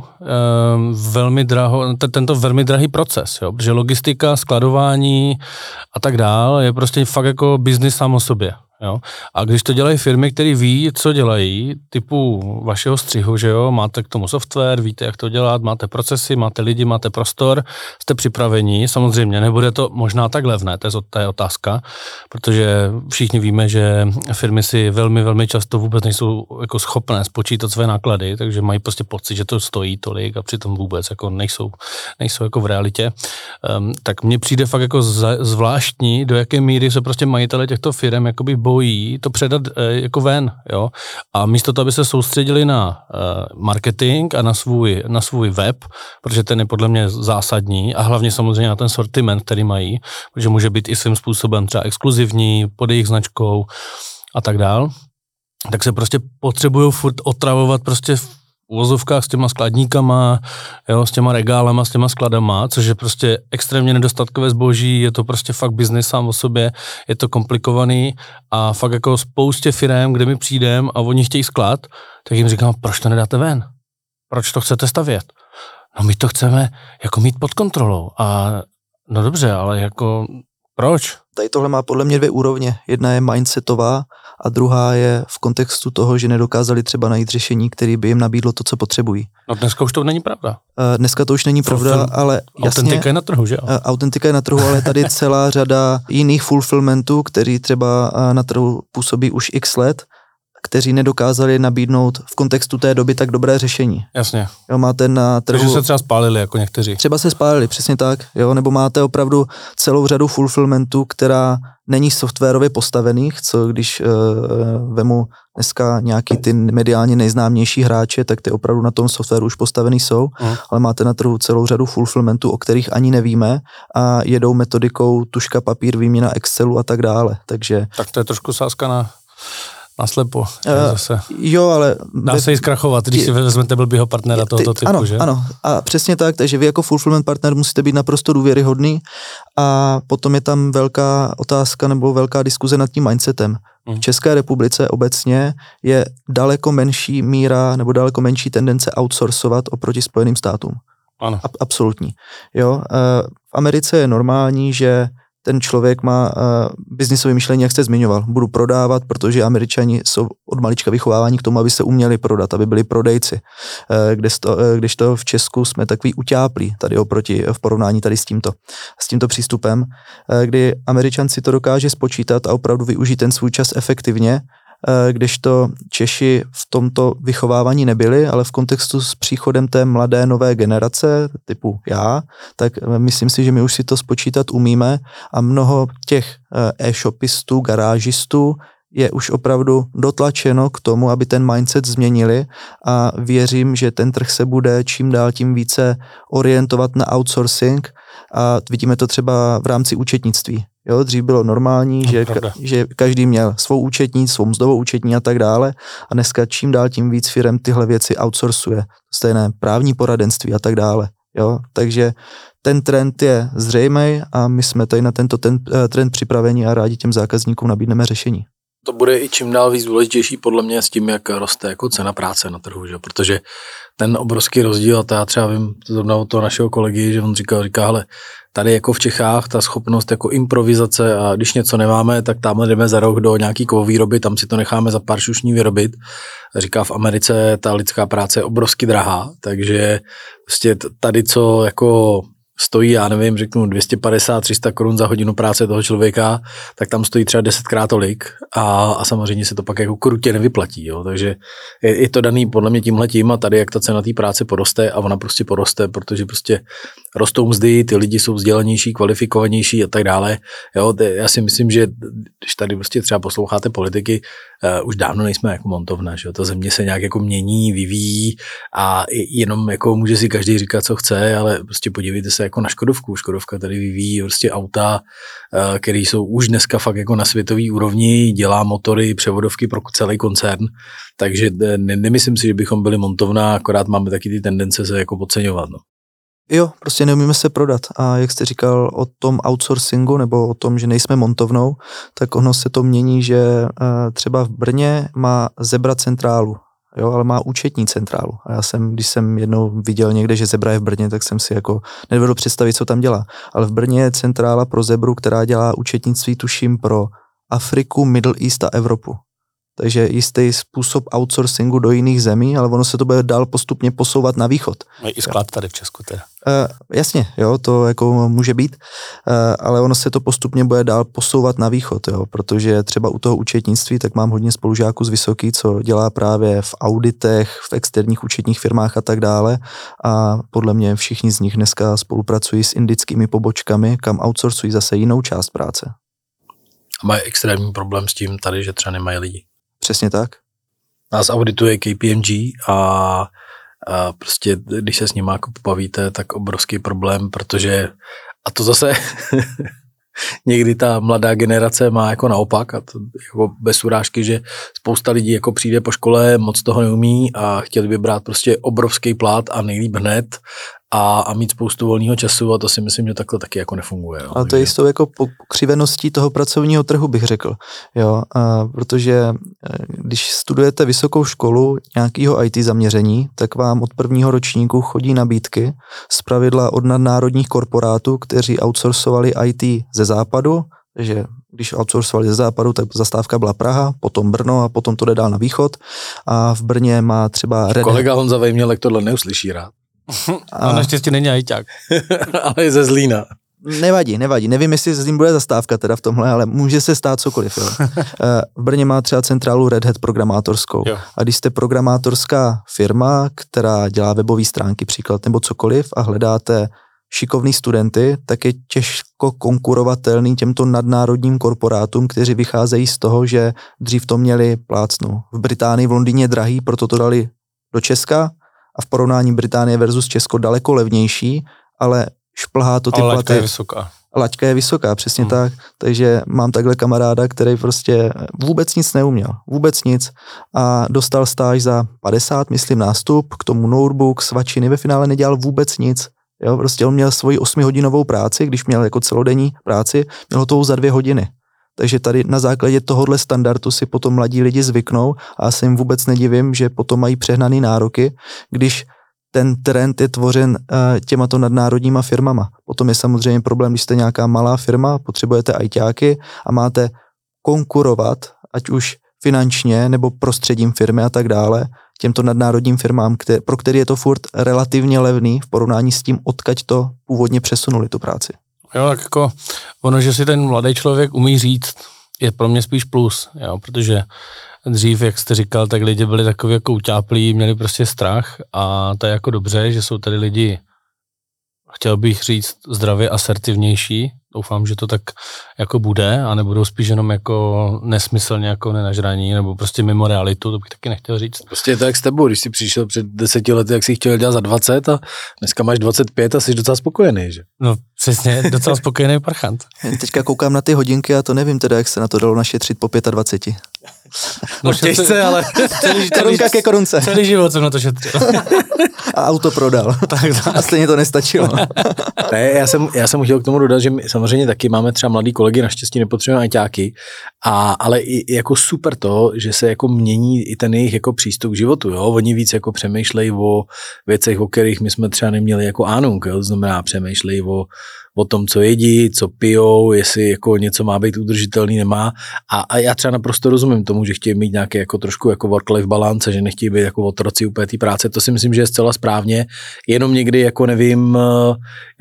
velmi drahou, tento velmi drahý proces, jo, protože logistika, skladování a tak dál je prostě fakt jako biznis sám o sobě. Jo? A když to dělají firmy, které ví, co dělají, typu vašeho střihu, že jo, máte k tomu software, víte, jak to dělat, máte procesy, máte lidi, máte prostor, jste připraveni, samozřejmě nebude to možná tak levné, to je, to je otázka, protože všichni víme, že firmy si velmi, velmi často vůbec nejsou jako schopné spočítat své náklady, takže mají prostě pocit, že to stojí tolik a přitom vůbec jako nejsou, nejsou jako v realitě. Um, tak mně přijde fakt jako zvláštní, do jaké míry se prostě majitele těchto firm jakoby bojí to předat e, jako ven, jo. A místo toho, aby se soustředili na e, marketing a na svůj, na svůj web, protože ten je podle mě zásadní a hlavně samozřejmě na ten sortiment, který mají, protože může být i svým způsobem třeba exkluzivní, pod jejich značkou a tak dál, tak se prostě potřebují furt otravovat prostě v uvozovkách s těma skladníkama, jo, s těma regálama, s těma skladama, což je prostě extrémně nedostatkové zboží, je to prostě fakt biznis sám o sobě, je to komplikovaný a fakt jako spoustě firem, kde mi přijdem a oni chtějí sklad, tak jim říkám, proč to nedáte ven? Proč to chcete stavět? No my to chceme jako mít pod kontrolou a no dobře, ale jako proč? Tady tohle má podle mě dvě úrovně. Jedna je mindsetová a druhá je v kontextu toho, že nedokázali třeba najít řešení, který by jim nabídlo to, co potřebují. No dneska už to není pravda. Dneska to už není pravda, ale jasně. Autentika je na trhu, že jo? Autentika je na trhu, ale tady celá řada jiných fulfillmentů, který třeba na trhu působí už x let, kteří nedokázali nabídnout v kontextu té doby tak dobré řešení. Jasně. Jo, máte na trhu... Takže se třeba spálili jako někteří. Třeba se spálili, přesně tak. Jo, nebo máte opravdu celou řadu fulfillmentů, která není softwarově postavených, co když uh, vemu dneska nějaký ty mediálně nejznámější hráče, tak ty opravdu na tom softwaru už postavený jsou, mm. ale máte na trhu celou řadu fulfillmentů, o kterých ani nevíme a jedou metodikou tužka, papír, výměna Excelu a tak dále. Takže... Tak to je trošku sázka na... Naslepo. Uh, zase. Jo, ale... Dá se jí zkrachovat, když si vezmete blbýho partnera tohoto typu, ano, že? Ano, a přesně tak, takže vy jako fulfillment partner musíte být naprosto důvěryhodný a potom je tam velká otázka nebo velká diskuze nad tím mindsetem. Hmm. V České republice obecně je daleko menší míra nebo daleko menší tendence outsourcovat oproti Spojeným státům. Ano. A, absolutní. Jo, v Americe je normální, že ten člověk má uh, biznisové myšlení, jak jste zmiňoval. Budu prodávat, protože Američani jsou od malička vychováváni k tomu, aby se uměli prodat, aby byli prodejci. Uh, kdežto, uh, kdežto v Česku jsme takový utáplí tady oproti v porovnání tady s tímto, s tímto přístupem, uh, kdy Američan si to dokáže spočítat a opravdu využít ten svůj čas efektivně, kdežto Češi v tomto vychovávání nebyli, ale v kontextu s příchodem té mladé nové generace, typu já, tak myslím si, že my už si to spočítat umíme a mnoho těch e-shopistů, garážistů je už opravdu dotlačeno k tomu, aby ten mindset změnili a věřím, že ten trh se bude čím dál tím více orientovat na outsourcing a vidíme to třeba v rámci účetnictví. Jo, dřív bylo normální, no, že, ka- že každý měl svou účetní, svou mzdovou účetní a tak dále a dneska čím dál tím víc firem tyhle věci outsourcuje. Stejné právní poradenství a tak dále. Jo, takže ten trend je zřejmý a my jsme tady na tento ten, trend připraveni a rádi těm zákazníkům nabídneme řešení. To bude i čím dál víc důležitější podle mě s tím, jak roste jako cena práce na trhu, že? Protože ten obrovský rozdíl, a to já třeba vím zrovna od toho našeho kolegy, že on říkal, říká, hele, tady jako v Čechách ta schopnost jako improvizace a když něco nemáme, tak tam jdeme za rok do nějaký kovovýroby, tam si to necháme za pár šušní vyrobit. Říká, v Americe ta lidská práce je obrovsky drahá, takže prostě tady co jako stojí, já nevím, řeknu dvě stě padesát tři sta korun za hodinu práce toho člověka, tak tam stojí třeba desetkrát tolik a, a samozřejmě se to pak jako krutě nevyplatí, jo? Takže je, je to daný podle mě tímhletím a tady jak ta cena té práce poroste a ona prostě poroste, protože prostě rostou mzdy, ty lidi jsou vzdělanější, kvalifikovanější a tak dále, jo? Já si myslím, že když tady prostě třeba posloucháte politiky, uh, už dávno nejsme jako montovna, že jo? Ta země se nějak jako mění, vyvíjí a jenom jako může si každý říkat, co chce, ale prostě podívejte se jako na Škodovku. Škodovka tady vyvíjí prostě auta, které jsou už dneska fakt jako na světový úrovni, dělá motory, převodovky pro celý koncern, takže ne, nemyslím si, že bychom byli montovna, akorát máme taky ty tendence se jako podceňovat. No. Jo, prostě neumíme se prodat a jak jste říkal o tom outsourcingu nebo o tom, že nejsme montovnou, tak ono se to mění, že třeba v Brně má Zebra centrálu, jo, ale má účetní centrálu. A já jsem, když jsem jednou viděl někde, že Zebra je v Brně, tak jsem si jako nedovedl představit, co tam dělá. Ale v Brně je centrála pro Zebru, která dělá účetnictví, tuším, pro Afriku, Middle East a Evropu. Takže jistý způsob outsourcingu do jiných zemí, ale ono se to bude dál postupně posouvat na východ. No i sklad tady v Česku teda. Uh, jasně, jo, to jako může být, uh, ale ono se to postupně bude dál posouvat na východ, jo, protože třeba u toho účetnictví, tak mám hodně spolužáků z Vysoký, co dělá právě v auditech, v externích účetních firmách a tak dále a podle mě všichni z nich dneska spolupracují s indickými pobočkami, kam outsourcují zase jinou část práce. A mají extrémní problém s tím tady, že třeba nemají lidi. Přesně tak. Nás audituje K P M G a, a prostě, když se s nimi jako pobavíte, tak obrovský problém, protože, a to zase někdy ta mladá generace má jako naopak, a to jako bez urážky, že spousta lidí jako přijde po škole, moc toho neumí a chtěli by brát prostě obrovský plát a nejlíp hned a, a mít spoustu volného času a to si myslím, že takhle taky jako nefunguje. Jo. Ale to je jistou jako pokřiveností toho pracovního trhu, bych řekl. Jo, a protože když studujete vysokou školu nějakého I T zaměření, tak vám od prvního ročníku chodí nabídky zpravidla od nadnárodních korporátů, kteří outsourcovali I T ze západu, takže když outsourcovali ze západu, tak zastávka byla Praha, potom Brno a potom to jde dál na východ a v Brně má třeba... Kolega Honza Vejmělek tohle neuslyší rád. A naštěstí není ajťák. Ale je ze Zlína. Nevadí, nevadí. Nevím, jestli z ním bude zastávka teda v tomhle, ale může se stát cokoliv. Jo. V Brně má třeba centrálu Red Hat programátorskou. Jo. A když jste programátorská firma, která dělá webové stránky příklad nebo cokoliv a hledáte šikovný studenty, tak je těžko konkurovatelný těmto nadnárodním korporátům, kteří vycházejí z toho, že dřív to měli plácnu. V Británii, v Londýně drahý, proto to dali do Česka a v porovnání Británie versus Česko daleko levnější, ale šplhá to ty ale platy. laťka je vysoká. Laťka je vysoká, přesně hmm. tak. Takže mám takhle kamaráda, který prostě vůbec nic neuměl. Vůbec nic. A dostal stáž za padesát, myslím, nástup, k tomu notebook, svačiny, ve finále nedělal vůbec nic. Jo, prostě on měl svoji osmihodinovou práci, když měl jako celodenní práci, měl hotovou za dvě hodiny. Takže tady na základě tohohle standardu si potom mladí lidi zvyknou a já se jim vůbec nedivím, že potom mají přehnaný nároky, když ten trend je tvořen uh, těmato nadnárodníma firmama. Potom je samozřejmě problém, když jste nějaká malá firma, potřebujete ajťáky a máte konkurovat, ať už finančně nebo prostředím firmy a tak dále, těmto nadnárodním firmám, které, pro který je to furt relativně levný v porovnání s tím, odkaď to původně přesunuli tu práci. Jo, tak jako ono, že si ten mladý člověk umí říct, je pro mě spíš plus, jo, protože dřív, jak jste říkal, tak lidi byli takový jako utáplí, měli prostě strach a to je jako dobře, že jsou tady lidi chtěl bych říct zdravě asertivnější, doufám, že to tak jako bude a nebudou spíš jenom jako nesmyslně jako nenažraní nebo prostě mimo realitu, to bych taky nechtěl říct. Prostě je to jak s tebou, když jsi přišel před deseti lety, jak jsi chtěl dělat za dvacet a dneska máš dvacet pět a jsi docela spokojený, že? No přesně, docela spokojený parchant. Teďka koukám na ty hodinky a to nevím teda, jak se na to dalo našetřit po dvaceti pěti. No těžce, ale celý, korunka ke korunce. Celý život jsem na to šetřil. A auto prodal. tak, tak. A stejně to nestačilo. Ne, já jsem, já jsem chtěl k tomu dodat, že my samozřejmě taky máme třeba mladý kolegy, naštěstí nepotřebujeme ajťáky, a, ale i jako super to, že se jako mění i ten jejich jako přístup k životu, jo, oni víc jako přemýšlejí o věcech, o kterých my jsme třeba neměli jako ánung, jo, to znamená přemýšlejí o o tom, co jedí, co pijou, jestli jako něco má být udržitelný, nemá. A, a já třeba naprosto rozumím tomu, že chtějí mít nějaké jako trošku jako work-life balance, že nechtějí být jako otroci úplně té práce. To si myslím, že je zcela správně. Jenom někdy jako nevím, uh,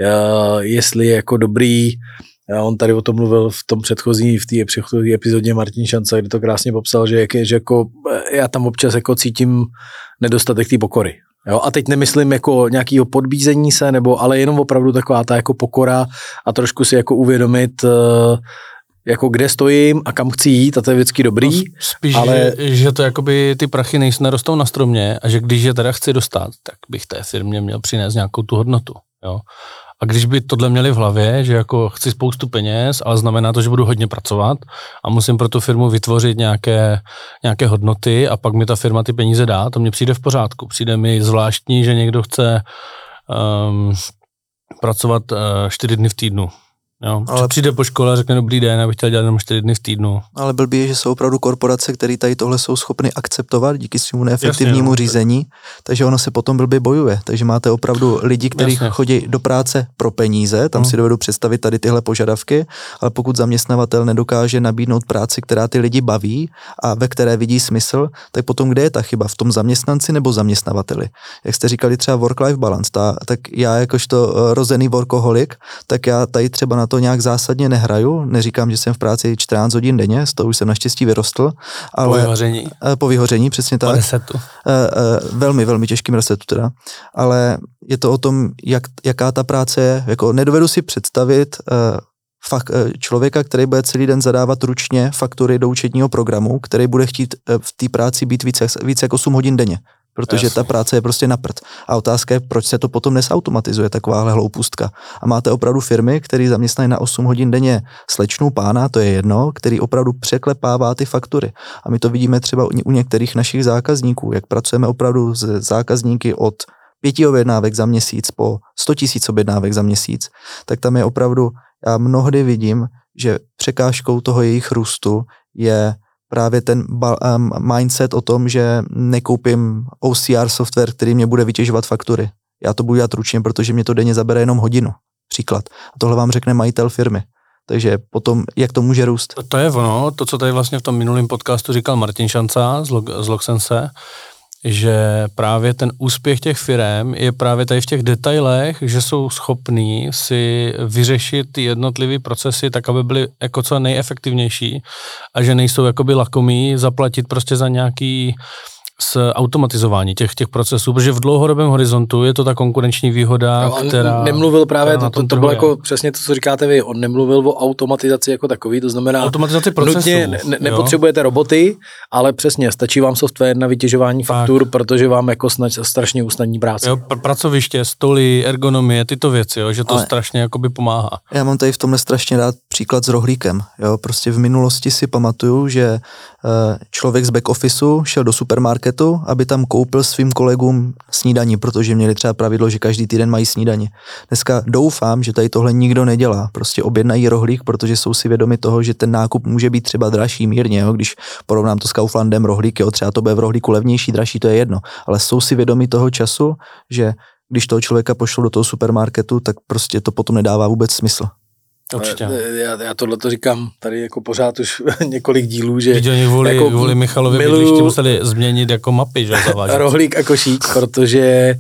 jestli je jako dobrý. On tady o tom mluvil v tom předchozí, v té předchozí epizodě Martin Šanca, kde to krásně popsal, že, jak je, že jako já tam občas jako cítím nedostatek té pokory. Jo, a teď nemyslím jako nějakého podbízení se, nebo, ale jenom opravdu taková ta jako pokora a trošku si jako uvědomit, jako kde stojím a kam chci jít, a to je vždycky dobrý. No, spíš, ale... že, že to jakoby ty prachy nejsou, nerostou na stromě a že když je teda chci dostat, tak bych té firmě měl přinést nějakou tu hodnotu. Jo. A když by tohle měli v hlavě, že jako chci spoustu peněz, ale znamená to, že budu hodně pracovat a musím pro tu firmu vytvořit nějaké, nějaké hodnoty a pak mi ta firma ty peníze dá, to mně přijde v pořádku. Přijde mi zvláštní, že někdo chce um, pracovat uh, čtyři dny v týdnu. Jo, ale přijde po škole a řekne dobrý den, já bych chtěl dělat jenom čtyři dny v týdnu. Ale blbý je, že jsou opravdu korporace, které tady tohle jsou schopny akceptovat díky svému neefektivnímu Jasně, řízení, takže ono se potom blbě bojuje. Takže máte opravdu lidi, kteří chodí do práce pro peníze, tam hmm. si dovedu představit tady tyhle požadavky, ale pokud zaměstnavatel nedokáže nabídnout práci, která ty lidi baví a ve které vidí smysl, tak potom kde je ta chyba? V tom zaměstnanci nebo zaměstnavateli? Jak jste říkali třeba work-life balance, ta, tak já jakožto rozený workoholik, tak já tady třeba na to nějak zásadně nehraju, neříkám, že jsem v práci čtrnáct hodin denně, z toho už jsem naštěstí vyrostl, ale po vyhoření, po vyhoření přesně tak. Po resetu. Velmi, velmi těžkým resetu teda, ale je to o tom, jak, jaká ta práce je, jako nedovedu si představit fakt, člověka, který bude celý den zadávat ručně faktury do účetního programu, který bude chtít v té práci být více, více jak osm hodin denně. Protože Jasně. ta práce je prostě na prd. A otázka je, proč se to potom nesautomatizuje, takováhle hloupůstka. A máte opravdu firmy, které zaměstnají na osm hodin denně slečnou pána, to je jedno, který opravdu překlepává ty faktury. A my to vidíme třeba u některých našich zákazníků, jak pracujeme opravdu s zákazníky od pěti objednávek za měsíc po sto tisíc objednávek za měsíc, tak tam je opravdu, já mnohdy vidím, že překážkou toho jejich růstu je právě ten um, mindset o tom, že nekoupím O C R software, který mě bude vytěžovat faktury. Já to budu dělat ručně, protože mě to denně zabere jenom hodinu. Příklad. A tohle vám řekne majitel firmy. Takže potom, jak to může růst? To, to je ono, to, co tady vlastně v tom minulém podcastu říkal Martin Šanca z, Log, z Logsense, že právě ten úspěch těch firem je právě tady v těch detailech, že jsou schopní si vyřešit ty jednotlivé procesy tak, aby byly jako co nejefektivnější a že nejsou jakoby lakomí zaplatit prostě za nějaký s automatizování těch, těch procesů, protože v dlouhodobém horizontu je to ta konkurenční výhoda, no, která... Nemluvil právě, to, to, to bylo je. jako přesně to, co říkáte vy, on nemluvil o automatizaci jako takový, to znamená... Automatizaci procesů. Nutně ne, nepotřebujete roboty, ale přesně, stačí vám software na vytěžování faktur, tak. Protože vám jako snaž, strašně usnadní práci. Jo, pr- pracoviště, stoly, ergonomie, tyto věci, jo, že to ale strašně jakoby pomáhá. Já mám tady v tomhle strašně rád příklad s rohlíkem, jo, prostě v minulosti si pamatuju, že člověk z back officeu šel do supermarketu, aby tam koupil svým kolegům snídani, protože měli třeba pravidlo, že každý týden mají snídani. Dneska doufám, že tady tohle nikdo nedělá. Prostě objednají rohlík, protože jsou si vědomi toho, že ten nákup může být třeba dražší mírně, jo? Když porovnám to s Kauflandem rohlík, jo? Třeba to bude v rohlíku levnější, dražší, to je jedno. Ale jsou si vědomi toho času, že když toho člověka pošlou do toho supermarketu, tak prostě to potom nedává vůbec smysl. Určitě. Já, já tohle to říkám tady jako pořád už několik dílů, že... Vidíte, kvůli, jako kvůli Michalovi miluju, bydlišti museli změnit jako mapy, že zavážet. Rohlík a košík, protože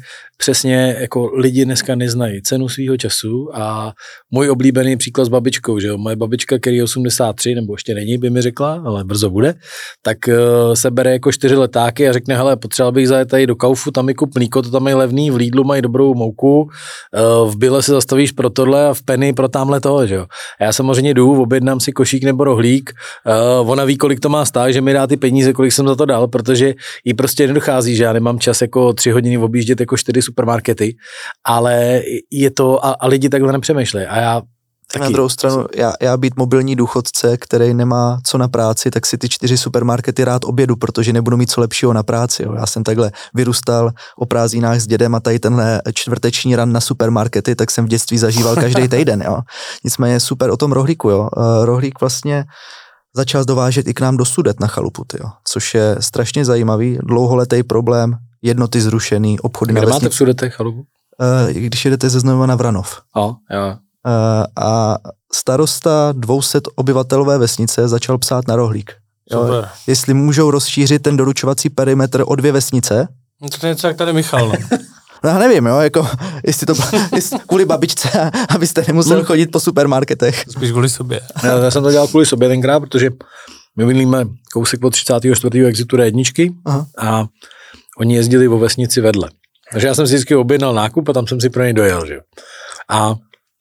přesně jako lidi dneska neznají cenu svýho času a můj oblíbený příklad s babičkou, že jo, moje babička, který je osmdesát tři, nebo ještě není, by mi řekla, ale brzo bude, tak uh, se bere jako čtyři letáky a řekne, hele, potřeboval bych zajet tady do Kaufu, tam mi kup mlíko, to tam je levný, v Lidlu mají dobrou mouku, uh, v Bile se zastavíš pro tohle a v Penny pro tamhle toho, že jo. A já samozřejmě jdu, objednám si košík nebo rohlík, uh, ona ví, kolik to má stát, že mi dá ty peníze, kolik jsem za to dal, protože jí prostě nedochází, že já nemám čas jako tři hodiny objíždět jako čtyři supermarkety, ale je to, a, a lidi takhle nepřemýšlejí. A já taky. Na druhou stranu, já, já být mobilní důchodce, který nemá co na práci, tak si ty čtyři supermarkety rád objedu, protože nebudu mít co lepšího na práci. Jo. Já jsem takhle vyrůstal o prázdninách s dědem a tady tenhle čtvrteční ran na supermarkety, tak jsem v dětství zažíval každý týden. Jo. Nicméně super o tom rohlíku. Jo. Rohlík vlastně začal dovážet i k nám do Sudet na chalupu, jo, což je strašně zajímavý, dlouholetý problém, jednoty zrušený, obchody Kde na vesnici. máte v Sudetech chalupu? Uh, když jedete ze Znojma na Vranov. Oh, jo. Uh, a starosta dvě stě obyvatelové vesnice začal psát na rohlík. Jo, jestli můžou rozšířit ten doručovací perimetr o dvě vesnice. No to je něco jak tady Michal, no. No já nevím, jo, jako, jestli to jestli kvůli babičce, abyste nemusel hmm. chodit po supermarketech. Spíš kvůli sobě. Já, já jsem to dělal kvůli sobě tenkrát, protože my bydlíme kousek od třicátého čtvrtého exitu D jedna Aha. a oni jezdili o vesnici vedle. Takže já jsem si vždycky objednal nákup a tam jsem si pro něj dojel, že jo. A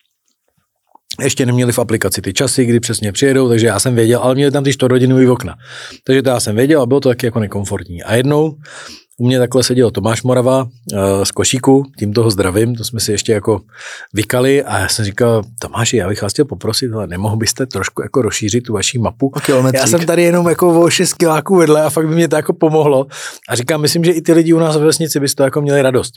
ještě neměli v aplikaci ty časy, kdy přesně přijedou, takže já jsem věděl, ale měli tam ty čtvrthodinový okna. Takže to já jsem věděl a bylo to taky jako nekomfortní. A jednou u mě takhle seděl Tomáš Morava z Košíku, tím toho zdravím, to jsme si ještě jako vykali a já jsem říkal, Tomáši, já bych vás chtěl poprosit, ale nemohl byste trošku jako rozšířit tu vaši mapu. Já jsem tady jenom jako o šest kiláků vedle a fakt by mě to jako pomohlo. A říkám, myslím, že i ty lidi u nás ve vesnici by z toho jako měli radost.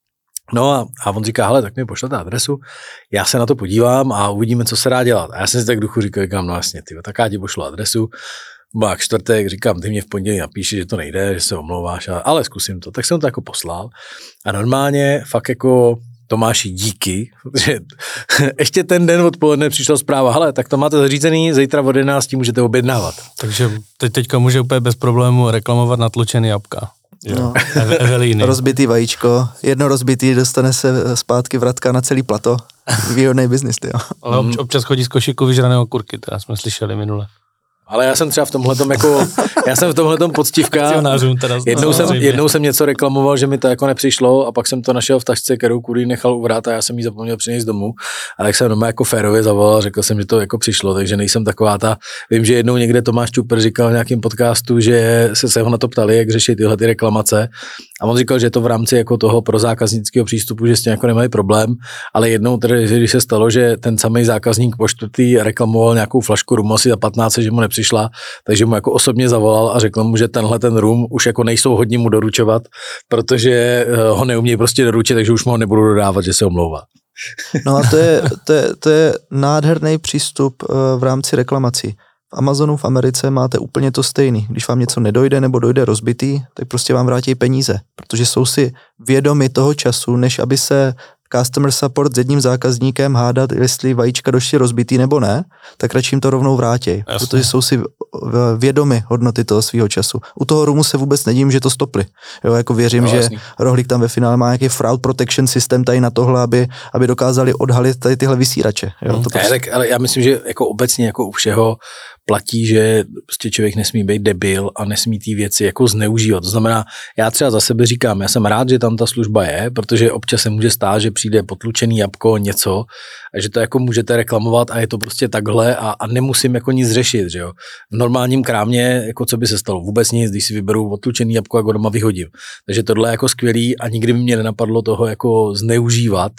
No a, a on říká, hele, tak mi pošlete adresu, já se na to podívám a uvidíme, co se dá dělat. A já jsem si tak v duchu říkal, říkám, no jasně, ty, tak já ti pošlu adresu, má čtvrtek, říkám, ty mě v pondělí napíši, že to nejde, že se omlouváš, ale zkusím to. Tak jsem to jako poslal a normálně fakt jako Tomáši díky, že ještě ten den odpoledne přišla zpráva, hele, tak to máte zařízený, zítra od jedenácti můžete objednávat. Takže teď teďka může úplně bez problému reklamovat natlučený jabka. No. Rozbitý vajíčko, jedno rozbitý, dostane se zpátky vratka na celý plato. Výhodný biznis, jo. Ale obč- občas chodí z košíku vyžrané okurky, teda jsme slyšeli minule. Ale já jsem třeba v tomhletom jako, já jsem v tomhletom poctivka, jednou jsem, jednou jsem něco reklamoval, že mi to jako nepřišlo a pak jsem to našel v tašce, kterou kurýr nechal u vrát a já jsem ji zapomněl přinést domů a tak jsem doma jako férově zavolal a řekl jsem, že to jako přišlo, takže nejsem taková ta, vím, že jednou někde Tomáš Čuper říkal v nějakém podcastu, že se, se ho na to ptali, jak řešit tyhle ty reklamace a on říkal, že je to v rámci jako toho pro zákaznického přístupu, že s tím jako nemají problém, ale jednou tedy, když se stalo, že ten samý zákazník po čtvrtý reklamoval nějakou flašku rumu asi za patnáct, že mu nepřišla, takže mu jako osobně zavolal a řekl mu, že tenhle ten rum už jako nejsou hodně mu doručovat, protože ho neumějí prostě doručit, takže už mu ho nebudou dodávat, že se omlouvá. No a to je, to je, to je nádherný přístup v rámci reklamací. V Amazonu v Americe máte úplně to stejný. Když vám něco nedojde nebo dojde rozbitý, tak prostě vám vrátí peníze, protože jsou si vědomi toho času, než aby se customer support s jedním zákazníkem hádat, jestli vajíčka došly rozbitý nebo ne, tak radši jim to rovnou vrátí, protože jsou si vědomi hodnoty toho svého času. U toho rumu se vůbec nedím, že to stopli. Jo, jako věřím, no, že jasný. Rohlík tam ve finále má nějaký fraud protection systém tady na tohle, aby, aby dokázali odhalit tady tyhle vysírače. Jo, hmm. to prostě... tak, ale já myslím, že jako obecně jako u všeho platí, že prostě člověk nesmí být debil a nesmí ty věci jako zneužívat. To znamená, já třeba za sebe říkám, já jsem rád, že tam ta služba je, protože občas se může stát, že přijde potlučený jabko, něco, a že to jako můžete reklamovat a je to prostě takhle a, a nemusím jako nic řešit, že jo. V normálním krámě, jako co by se stalo? Vůbec nic, když si vyberu potlučený jabko a go doma vyhodím. Takže tohle je jako skvělý a nikdy by mě nenapadlo toho jako zneužívat.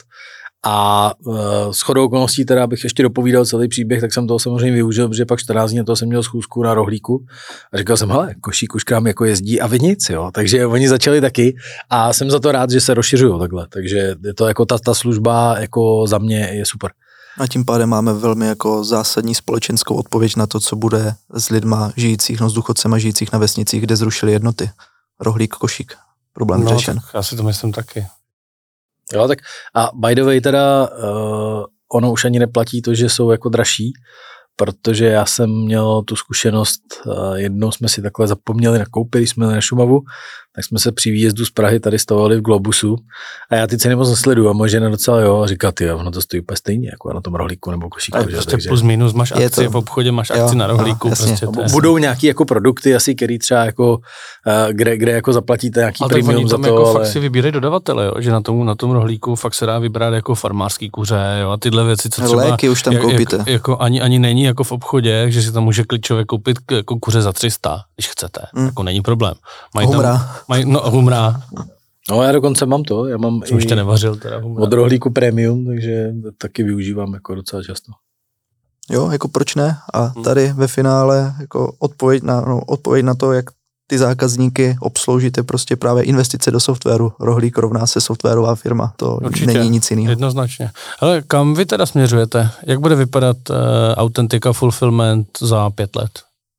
A uh, shodou okolností teda bych ještě dopovídal celý příběh, tak jsem toho samozřejmě využil, protože pak čtrnáct dní na to jsem měl schůzku na Rohlíku a říkal jsem, hele, Košík už k nám jako jezdí a vy nic, jo, takže oni začali taky a jsem za to rád, že se rozšiřují takhle, takže je to jako ta, ta služba jako za mě je super. A tím pádem máme velmi jako zásadní společenskou odpověď na to, co bude s lidma žijících, no s důchodcema žijících na vesnicích, kde zrušili jednoty. Rohlík, Košík, problém no, řešen. Já si to myslím taky. Jo, tak a by the way teda uh, ono už ani neplatí to, že jsou jako dražší, protože já jsem měl tu zkušenost, uh, jednou jsme si takhle zapomněli nakoupit, když jsme na Šumavu, tak jsme se při výjezdu z Prahy tady stavovali v Globusu a já ty ceny moc nesleduju a moje žena docela jo a říká, ty jo, ono to stojí úplně stejně jako na tom rohlíku nebo košíku. Ale prostě takže... plus minus máš akci v obchodě, máš akci jo, na rohlíku. No, prostě budou nějaký jako produkty asi, který třeba jako, kde, kde jako zaplatíte nějaký premium za to. Jako ale... fakt si vybírají dodavatele, jo? Že na tom, na tom rohlíku fakt se dá vybrat jako farmářský kuře, jo? A tyhle věci, co třeba léky už tam koupíte. Jak, jako ani, ani není jako v obchodě, že si tam může klíčově koupit jako kuře za tři sta, když chcete, mm. jako není problém. Mají humra. Tam, mají, no humra. No já dokonce mám to, já mám jsem ještě nevařil teda humra. Od rohlíku premium, takže taky využívám jako docela často. Jo, jako proč ne? A tady ve finále jako odpověď na, no, odpověď na to, jak ty zákazníky obsloužíte, prostě právě investice do softwaru. Rohlík rovná se softwarová firma, to určitě není nic jiného. Jednoznačně. Ale kam vy teda směřujete? Jak bude vypadat uh, Authentica Fulfillment za pět let?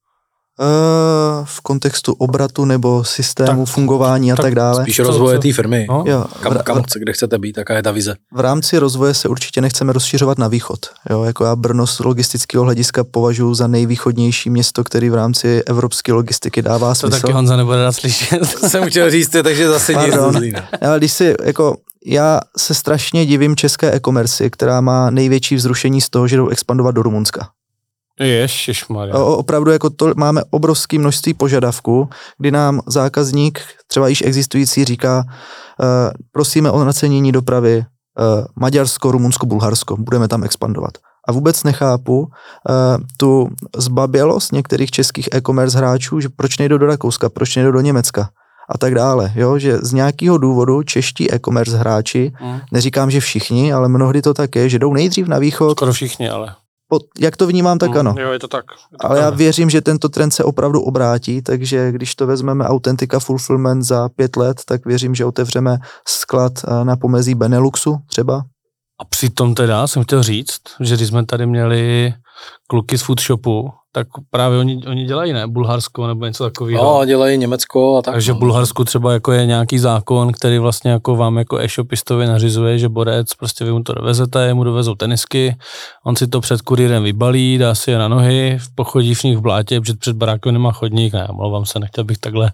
Uh, v kontextu obratu nebo systému tak, fungování a tak, tak dále. Spíš rozvoje té firmy. No? Jo, kam, kam, kde chcete být, jaká je ta vize? V rámci rozvoje se určitě nechceme rozšiřovat na východ. Jo, jako já Brno z logistického hlediska považuji za nejvýchodnější město, který v rámci evropské logistiky dává to smysl. To taky Honza nebude rád slyšet. Jsem chtěl říct, takže zase nic do Zlína. Ale když si, jako, já se strašně divím české e-commerce, která má největší vzrušení z toho, že jdou expandovat do Rumunska. Ježišmarja. Opravdu jako to máme obrovské množství požadavků, kdy nám zákazník, třeba již existující, říká, uh, prosíme o nacenění dopravy uh, Maďarsko, Rumunsko, Bulharsko, budeme tam expandovat. A vůbec nechápu uh, tu zbabělost některých českých e-commerce hráčů, že proč nejdou do Rakouska, proč nejdou do Německa a tak dále, jo, že z nějakého důvodu čeští e-commerce hráči, mm. neříkám, že všichni, ale mnohdy to tak je, že jdou nejdřív na východ. Skoro všichni, ale. Jak to vnímám, tak ano. Jo, je to tak. Je to Ale tak. Já věřím, že tento trend se opravdu obrátí, takže když to vezmeme Authentica Fulfillment za pět let, tak věřím, že otevřeme sklad na pomezí Beneluxu třeba. A přitom teda jsem chtěl říct, že když jsme tady měli kluky z Foodshopu, tak právě oni, oni dělají, ne? Bulharsko nebo něco takového. No, dělají Německo a tak. Takže v Bulharsku třeba jako je nějaký zákon, který vlastně jako vám jako e-shopistovi nařizuje, že borec, prostě vy mu to dovezete, mu dovezou tenisky, on si to před kurýrem vybalí, dá si je na nohy, pochodí v nich v blátě, protože před barákem nemá chodník, ne, omlouvám se, nechtěl bych takhle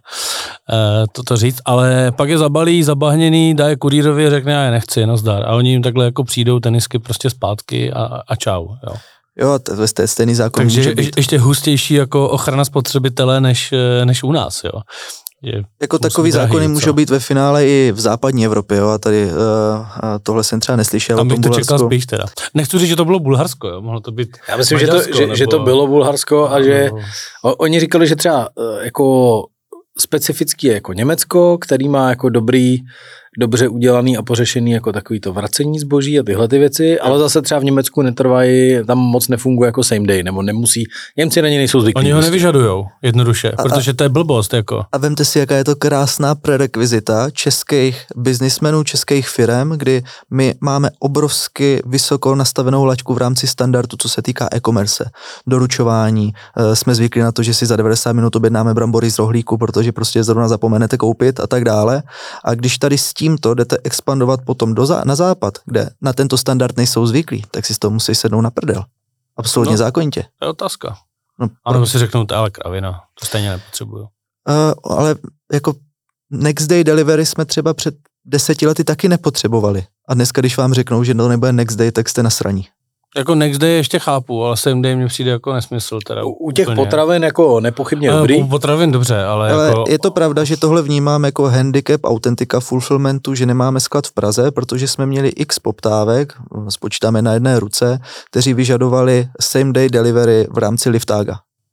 uh, toto říct, ale pak je zabalí, zabahněný, dá je kurýrovi a řekne, já je nechci, nazdar. A oni jim takhle jako přijdou tenisky prostě zpátky a, a čau, jo. Jo, to je stejný zákon. Takže je, ještě hustější jako ochrana spotřebitele než, než u nás, jo. Je jako takový drahý, zákony co? Můžou být ve finále i v západní Evropě, jo, a tady uh, tohle jsem třeba neslyšel. Tam bych to čekal spíš teda. Nechci říct, že to bylo Bulharsko, jo, mohlo to být Já myslím, že to, že, nebo... že to bylo Bulharsko a že o, oni říkali, že třeba uh, jako specifický je jako Německo, který má jako dobrý dobře udělaný a pořešený jako takový to vracení zboží a tyhle ty věci, ale zase třeba v Německu netrvají, tam moc nefunguje jako same day, nebo nemusí, Němci na ně nejsou zvyklí. Oni ho nevyžadujou, jednoduše, a, protože to je blbost, jako. A vemte si, jaká je to krásná prerekvizita českých biznismenů, českých firem, kdy my máme obrovsky vysoko nastavenou laťku v rámci standardu, co se týká e-commerce, doručování, e, jsme zvyklí na to, že si za devadesát minut objednáme brambory z rohlíku, protože prostě zrovna zapomenete koupit a tak dále. A když tady s tímto jdete expandovat potom do zá, na západ, kde na tento standard nejsou zvyklí, tak si z toho musí sednout na prdel. Absolutně no, zákonitě. To je otázka. No, a nebo si řeknou, ale kravina, to stejně nepotřebuju. Uh, ale jako next day delivery jsme třeba před deseti lety taky nepotřebovali. A dneska, když vám řeknou, že to nebude next day, tak jste nasraní. Jako next day ještě chápu, ale same day mně přijde jako nesmysl. Teda u, u těch úplně. Potravin jako nepochybně dobrý. U potravin dobře, ale, ale jako... je to pravda, že tohle vnímám jako handicap Authentica Fulfillmentu, že nemáme sklad v Praze, protože jsme měli x poptávek, spočítáme na jedné ruce, kteří vyžadovali same day delivery v rámci Liftaga.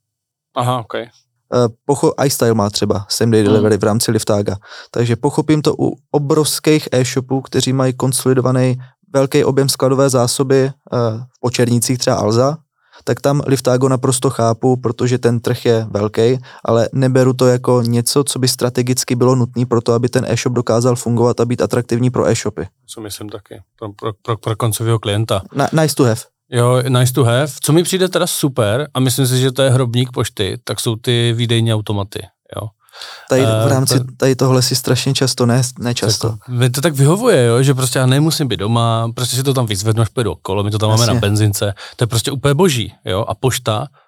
Aha, ok. Pocho- iStyle má třeba same day delivery hmm. v rámci Liftaga. Takže pochopím to u obrovských e-shopů, kteří mají konsolidovaný velký objem skladové zásoby v Počernicích, třeba Alza, tak tam Liftago naprosto chápu, protože ten trh je velký, ale neberu to jako něco, co by strategicky bylo nutné pro to, aby ten e-shop dokázal fungovat a být atraktivní pro e-shopy. Co myslím taky, pro, pro, pro, pro koncového klienta. Na, nice to have. Jo, nice to have. Co mi přijde teda super, a myslím si, že to je hrobník pošty, tak jsou ty výdejní automaty, jo. Tady v rámci tady tohle si strašně často, ne, ne často. Mě to tak vyhovuje, jo, že prostě já nemusím být doma, prostě si to tam vyzvednu, až pojedu okolo, my to tam Jasně. máme na benzince, to je prostě úplně boží, jo, a pošta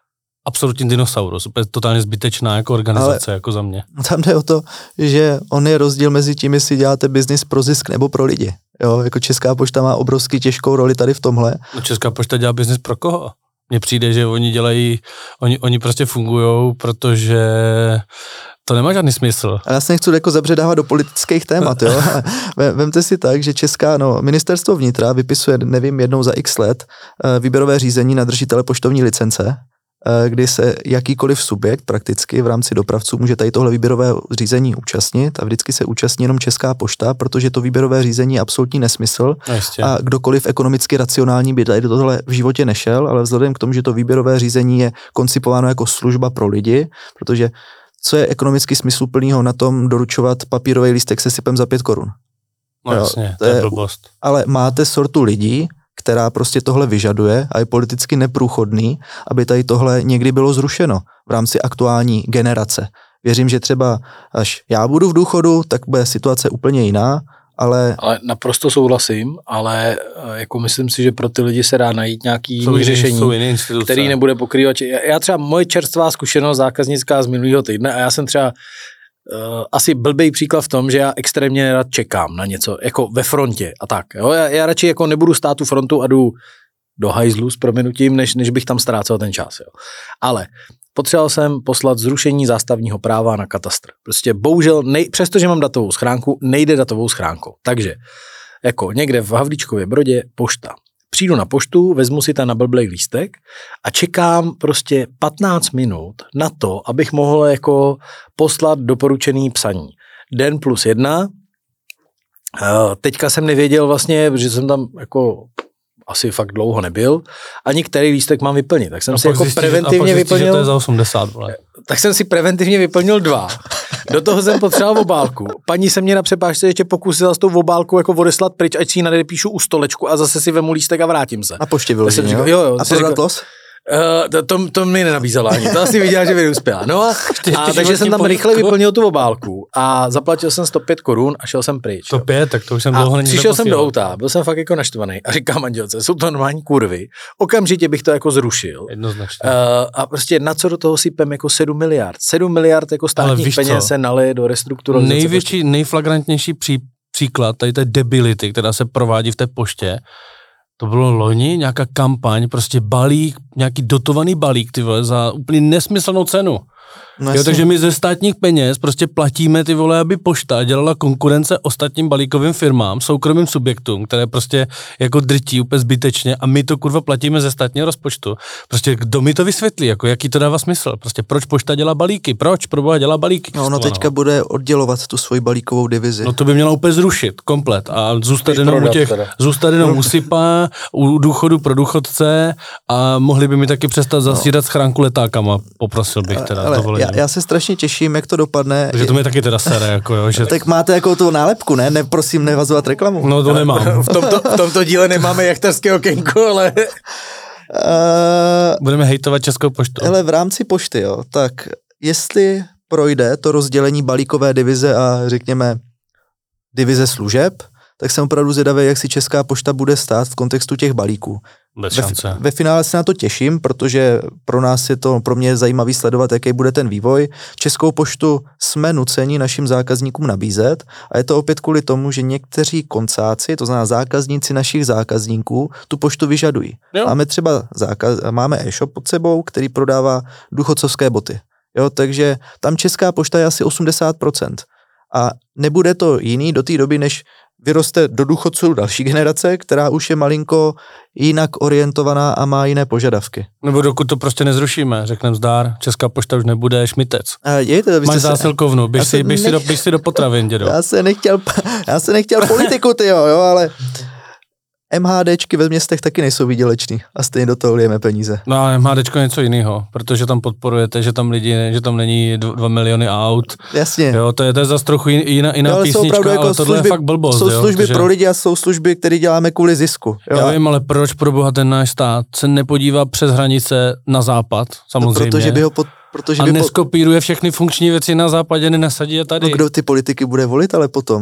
absolutní dinosaurus, úplně totálně zbytečná jako organizace, ale jako za mě. Tam jde o to, že on je rozdíl mezi tím, jestli děláte biznis pro zisk nebo pro lidi. Jo, jako Česká pošta má obrovský těžkou roli tady v tomhle. No Česká pošta dělá biznis pro koho? Mně přijde, že oni dělají, oni, oni prostě fungujou, protože to nemá žádný smysl. A já se nechci jako zabředávat do politických témat, jo. Vemte si tak, že Česká, no, ministerstvo vnitra vypisuje, nevím, jednou za x let výběrové řízení na držitele poštovní licence, kdy se jakýkoliv subjekt prakticky v rámci dopravců může tady tohle výběrové řízení účastnit a vždycky se účastní jenom Česká pošta, protože to výběrové řízení je absolutní nesmysl Ještě. A kdokoliv ekonomicky racionální by tady do tohle v životě nešel, ale vzhledem k tomu, že to výběrové řízení je koncipováno jako služba pro lidi, protože co je ekonomicky smysluplného na tom doručovat papírový lístek se sypem za pět korun? No jo, jasně, to je blbost. Ale máte sortu lidí, která prostě tohle vyžaduje a je politicky neprůchodný, aby tady tohle někdy bylo zrušeno v rámci aktuální generace. Věřím, že třeba až já budu v důchodu, tak bude situace úplně jiná, ale... Ale naprosto souhlasím, ale jako myslím si, že pro ty lidi se dá najít nějaký jsou jiný jiný, řešení, jsou jiný instituce, který nebude pokrývat. Já třeba, moje čerstvá zkušenost zákaznická z minulého týdne a já jsem třeba Uh, asi blbej příklad v tom, že já extrémně nerad čekám na něco, jako ve frontě a tak. Jo? Já, já radši jako nebudu stát tu frontu a jdu do hajzlu s prominutím, než, než bych tam ztrácel ten čas. Jo? Ale potřeboval jsem poslat zrušení zástavního práva na katastr. Prostě bohužel, nej, přestože mám datovou schránku, nejde datovou schránkou. Takže jako někde v Havlíčkově Brodě pošta. Přijdu na poštu, vezmu si ten nablblej lístek a čekám prostě patnáct minut na to, abych mohl jako poslat doporučený psaní. Den plus jedna. Teďka jsem nevěděl vlastně, že jsem tam jako asi fakt dlouho nebyl, ani který lístek mám vyplnit. Tak jsem a si jako zjistí, preventivně zjistí, vyplnil... že to je za osmdesát, vole. Tak jsem si preventivně vyplnil dva. Do toho jsem potřeboval obálku. Paní se mě na přepážce ještě pokusila s tou obálkou jako odeslat pryč, ať si ji nadepíšu u stolečku a zase si vemu lístek a vrátím se. Na poště vyloženě, jo? jo, jo? A prodat los? Uh, to, to, to mi nenabízela ani, to asi viděla, že by neuspěla. No a, a takže jsem tam rychle vyplnil tu obálku a zaplatil jsem sto pět korun a šel jsem pryč. sto pět, tak to už jsem dlouho není přišel jsem do auta, byl jsem fakt jako naštvaný a říkám manželce, jsou to normální kurvy, okamžitě bych to jako zrušil. Jednoznačně. Uh, a prostě na co do toho sypem jako sedm miliard. sedm miliard jako státních peněz se nalije do restrukturalizace. Největší, nejflagrantnější pří, příklad tady té debility, která se provádí v té poště, to bylo loni, nějaká kampaň, prostě balík, nějaký dotovaný balík, ty vole, za úplně nesmyslnou cenu. No jo, takže my ze státních peněz prostě platíme, ty vole, aby pošta dělala konkurence ostatním balíkovým firmám, soukromým subjektům, které prostě jako drtí úplně zbytečně a my to kurva platíme ze státního rozpočtu. Prostě kdo mi to vysvětlí, jako jaký to dává smysl? Prostě proč pošta dělá balíky? Proč proboha dělá balíky? No ono teďka bude oddělovat tu svoji balíkovou divizi. No to by měla úplně zrušit komplet a zůstat jenom u těch, zůstat jenom u sypa, u důchodu pro důchodce a mohli by mi taky přestat zasírat schránku letákama, poprosil bych teda. Ale já, já se strašně těším, jak to dopadne. Takže to mě taky teda sere, jako jo. Že... Tak máte jako tu nálepku, ne? ne prosím, nevazovat reklamu. No to nemám. V tomto, v tomto díle nemáme jachtarské okénko, ale... Uh, Budeme hejtovat Českou poštu. Ale v rámci pošty, jo, tak jestli projde to rozdělení balíkové divize a řekněme divize služeb, tak jsem opravdu zvědavý, jak si Česká pošta bude stát v kontextu těch balíků. Bez šance. Ve, ve finále se na to těším, protože pro nás je to, pro mě je zajímavý sledovat, jaký bude ten vývoj. Českou poštu jsme nuceni našim zákazníkům nabízet a je to opět kvůli tomu, že někteří koncáci, to znamená zákazníci našich zákazníků, tu poštu vyžadují. Jo. Máme třeba zákaz, máme e-shop pod sebou, který prodává důchodcovské boty. Jo, takže tam Česká pošta je asi osmdesát procent. A nebude to jiný do té doby, než vyroste do důchodců další generace, která už je malinko jinak orientovaná a má jiné požadavky. Nebo dokud to prostě nezrušíme, řekneme zdár, Česká pošta už nebude šmitec. Jejte, Máš zásilkovnu, běž si, běž, nech... si do, běž si do potravin, dědo. Já se nechtěl, já se nechtěl politiku, tyjo, jo, ale MHDčky ve městech taky nejsou výdělečný a stejně do toho lijeme peníze. No a MHDčko je něco jiného, protože tam podporujete, že tam lidi, že tam není dva miliony aut. Jasně. Jo, to je, to je zase trochu jiná, jiná no, písnička, jako ale tohle služby, je fakt blbost. Jsou jo, služby protože... pro lidi a jsou služby, které děláme kvůli zisku. Jo? Já vím, ale proč proboha ten náš stát se nepodívá přes hranice na západ, samozřejmě. No, protože by ho pod... Protože a by neskopíruje všechny funkční věci na západě, nenasadí je tady. No kdo ty politiky bude volit, ale potom?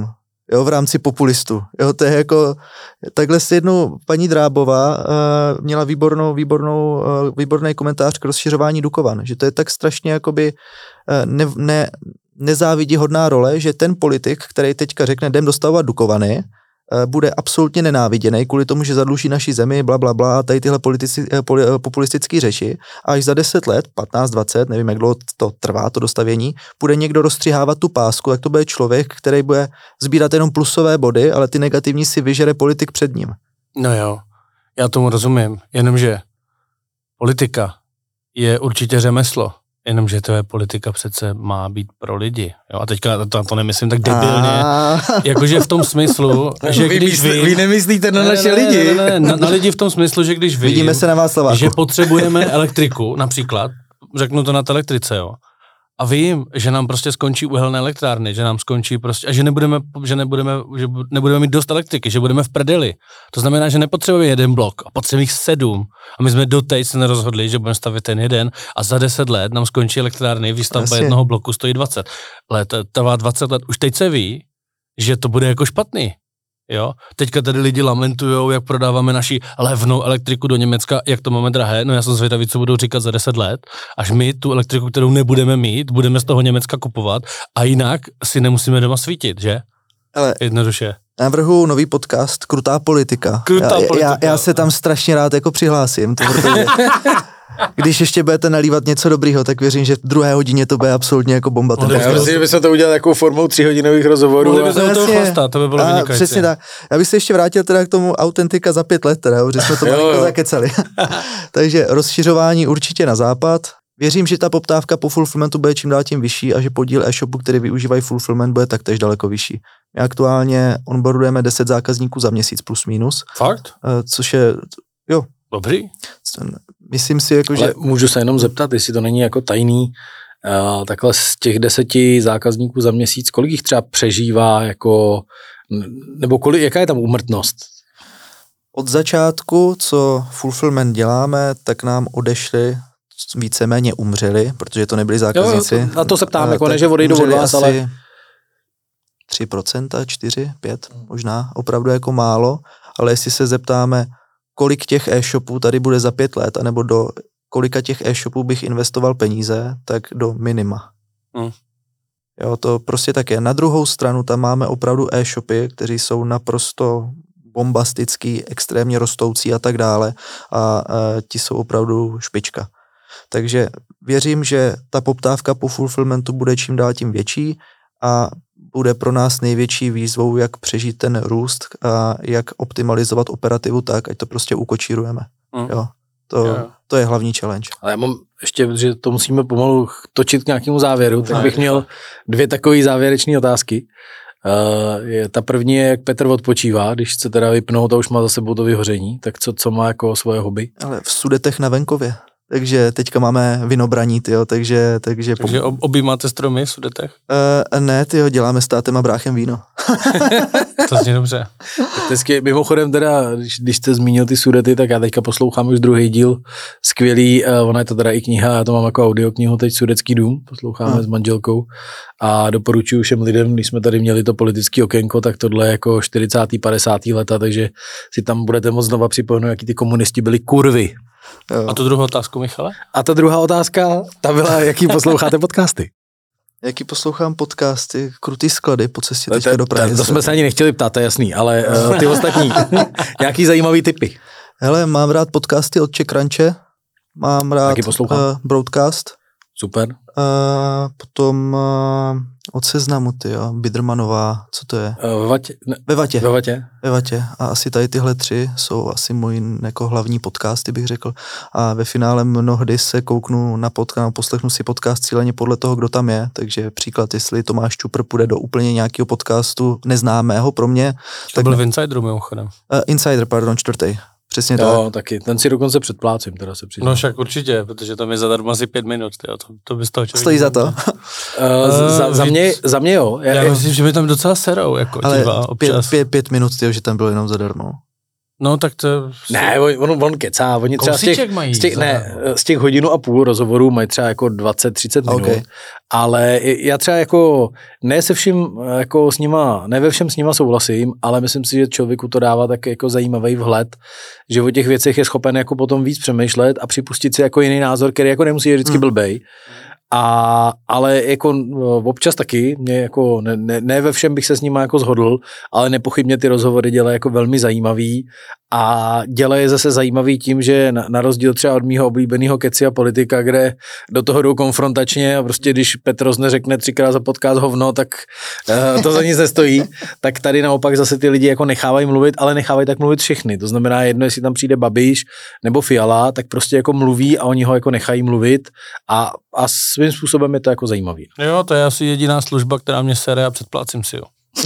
jo, v rámci populistů. Jo, to je jako, takhle si jednou paní Drábová uh, měla výbornou, výbornou, uh, výborný komentář k rozšiřování Dukovan, že to je tak strašně jakoby uh, ne, ne, nezávidihodná role, že ten politik, který teďka řekne, jdem dostavovat Dukovany, bude absolutně nenáviděný kvůli tomu, že zadluží naši zemi, bla, bla, bla, tady tyhle politici, populistické řeči. A až za deset let, patnáct, dvacet, nevím, jak dlouho to trvá, to dostavění, bude někdo rozstřihávat tu pásku, jak to bude člověk, který bude sbírat jenom plusové body, ale ty negativní si vyžere politik před ním. No jo, já tomu rozumím, jenomže politika je určitě řemeslo. Jenomže to je politika přece má být pro lidi. Jo? A teďka to, to nemyslím tak debilně, jakože v tom smyslu, že vy když vy... Vy nemyslíte na naše ne, lidi. Ne, ne, ne, na, na lidi v tom smyslu, že když vím, Vidíme se na Václaváku. že potřebujeme elektriku, například, řeknu to na té elektrice, jo, a vím, že nám prostě skončí uhelné elektrárny, že nám skončí prostě, a že nebudeme, že nebudeme, že nebudeme mít dost elektriky, že budeme v prdeli. To znamená, že nepotřebujeme jeden blok, a potřebujeme jich sedm. A my jsme doteď se nerozhodli, že budeme stavět ten jeden a za deset let nám skončí elektrárny, výstavba Asi. jednoho bloku stojí dvacet let, trvá dvacet let. Už teď se ví, že to bude jako špatný. Jo? Teďka tady lidi lamentujou, jak prodáváme naši levnou elektriku do Německa, jak to máme drahé. No já jsem zvědavý, co budou říkat za deset let, až my tu elektriku, kterou nebudeme mít, budeme z toho Německa kupovat a jinak si nemusíme doma svítit, že? Ale jednoduše. Navrhuji nový podcast Krutá politika. Krutá já, politika. Já, já se tam strašně rád jako přihlásím, to protože když ještě budete nalívat něco dobrýho, tak věřím, že v druhé hodině to bude absolutně jako bomba. No, já myslím, že bychom to udělali takovou formou tříhodinových rozhovorů. Mohli bychom toho chlastat, to by bylo vynikající. Přesně tak. Já bych se ještě vrátil teda k tomu autentika za pět let, teda, že jsme to malinko zakecali. Takže rozšiřování určitě na západ. Věřím, že ta poptávka po fulfillmentu bude čím dál tím vyšší a že podíl e-shopů, který využívají fulfillment, bude taktéž daleko vyšší. My aktuálně onboardujeme deset zákazníků za měsíc plus minus. Fakt? Což je, jo. Dobrý. Myslím si, jako, že... Můžu se jenom zeptat, jestli to není jako tajný, uh, takhle z těch deseti zákazníků za měsíc, kolik jich třeba přežívá, jako, nebo kolik, jaká je tam úmrtnost? Od začátku, co fulfillment děláme, tak nám odešli, víceméně umřeli, protože to nebyli zákazníci. Jo, to, na to se ptám, jako ne, že odejdou od vás, ale... tři procenta, čtyři, pět, možná, opravdu jako málo, ale jestli se zeptáme, kolik těch e-shopů tady bude za pět let, anebo do kolika těch e-shopů bych investoval peníze, tak do minima. Hmm. Jo, to prostě tak je. Na druhou stranu tam máme opravdu e-shopy, kteří jsou naprosto bombastický, extrémně rostoucí a tak dále a, a ti jsou opravdu špička. Takže věřím, že ta poptávka po fulfillmentu bude čím dál tím větší a bude pro nás největší výzvou, jak přežít ten růst a jak optimalizovat operativu tak, ať to prostě ukočírujeme. Mm. Jo, to, jo. to je hlavní challenge. Ale já mám ještě, že to musíme pomalu točit k nějakému závěru, tak bych měl dvě takové závěrečné otázky. Uh, je, ta první je, jak Petr odpočívá, když chce teda vypnout a už má za sebou to vyhoření, tak co, co má jako svoje hobby? Ale v Sudetech na venkově. Takže teďka máme vinobraní, tyjo, takže... Takže, takže pom... obý máte stromy v Sudetech? Uh, ne, tyjo, děláme s tátem a bráchem víno. To zní dobře. Tesky, mimochodem teda, když, když jste zmínil ty Sudety, tak já teďka poslouchám už druhý díl, skvělý, uh, ona je to teda i kniha, já to mám jako audioknihu, teď Sudecký dům, posloucháme hmm. s manželkou a doporučuji všem lidem, když jsme tady měli to politické okénko, tak tohle je jako čtyřicátá padesátá leta, takže si tam budete moc znova připomenout, jaký ty komunisti byli kurvy. Jo. A tu druhou otázku, Michale? A ta druhá otázka, ta byla, jaký posloucháte podcasty? Jaký poslouchám podcasty, krutý sklady po cestě teďka to, do Prahy. To, to jsme se ani nechtěli ptát, to je jasný, ale uh, ty ostatní, nějaký zajímavý tipy? Hele, mám rád podcasty od Czech Crunche, mám rád uh, Broadcast. Super. Uh, potom uh, od Seznamu, ty jo, Bidermanová, co to je? Uh, ve Vatě. Ne, ve Vatě. Ve Vatě. Ve Vatě. A asi tady tyhle tři jsou asi můj jako hlavní podcasty, bych řekl. A ve finále mnohdy se kouknu na podcast, poslechnu si podcast cíleně podle toho, kdo tam je. Takže příklad, jestli Tomáš Čupr půjde do úplně nějakého podcastu neznámého pro mě. To tak byl ne... v Insideru mimochodem. Uh, Insider, pardon, čtvrtý. Přesně jo, tak. taky. Ten si dokonce předplácím, teda se přiznám. No však určitě, protože tam je zadarmo asi pět minut, tyjo, to, to by z toho člověk... Stojí za to? uh, za, za, mě, za mě jo. Já, já myslím, že mi tam docela serou, jako ale divá, občas. Pět, pět, pět minut, tyjo, že tam bylo jenom zadarmo. No tak to... Ne, on, on kecá, oni třeba z těch, mají, z, těch, ne, z těch hodinu a půl rozhovorů mají třeba jako dvacet třicet minut, okay. Ale já třeba jako ne se vším jako s nima, ne ve všem s nima souhlasím, ale myslím si, že člověku to dává tak jako zajímavý vhled, že o těch věcech je schopen jako potom víc přemýšlet a připustit si jako jiný názor, který jako nemusí být vždycky blbej. A, ale jako občas taky, mě jako ne, ne, ne ve všem bych se s nima jako shodl, ale nepochybně ty rozhovory dělají jako velmi zajímavý a dělají zase zajímavý tím, že na, na rozdíl třeba od mýho oblíbeného Keci a politika, kde do toho jdou konfrontačně a prostě když Petros neřekne třikrát za podcast hovno, tak uh, to za nic nestojí, tak tady naopak zase ty lidi jako nechávají mluvit, ale nechávají tak mluvit všechny. To znamená jedno, jestli tam přijde Babiš nebo Fiala, tak prostě jako mluví a oni ho jako nechají mluvit a, a svým způsobem je to jako zajímavý. Jo, to je asi jediná služba, která mě sere a předplácím si jo.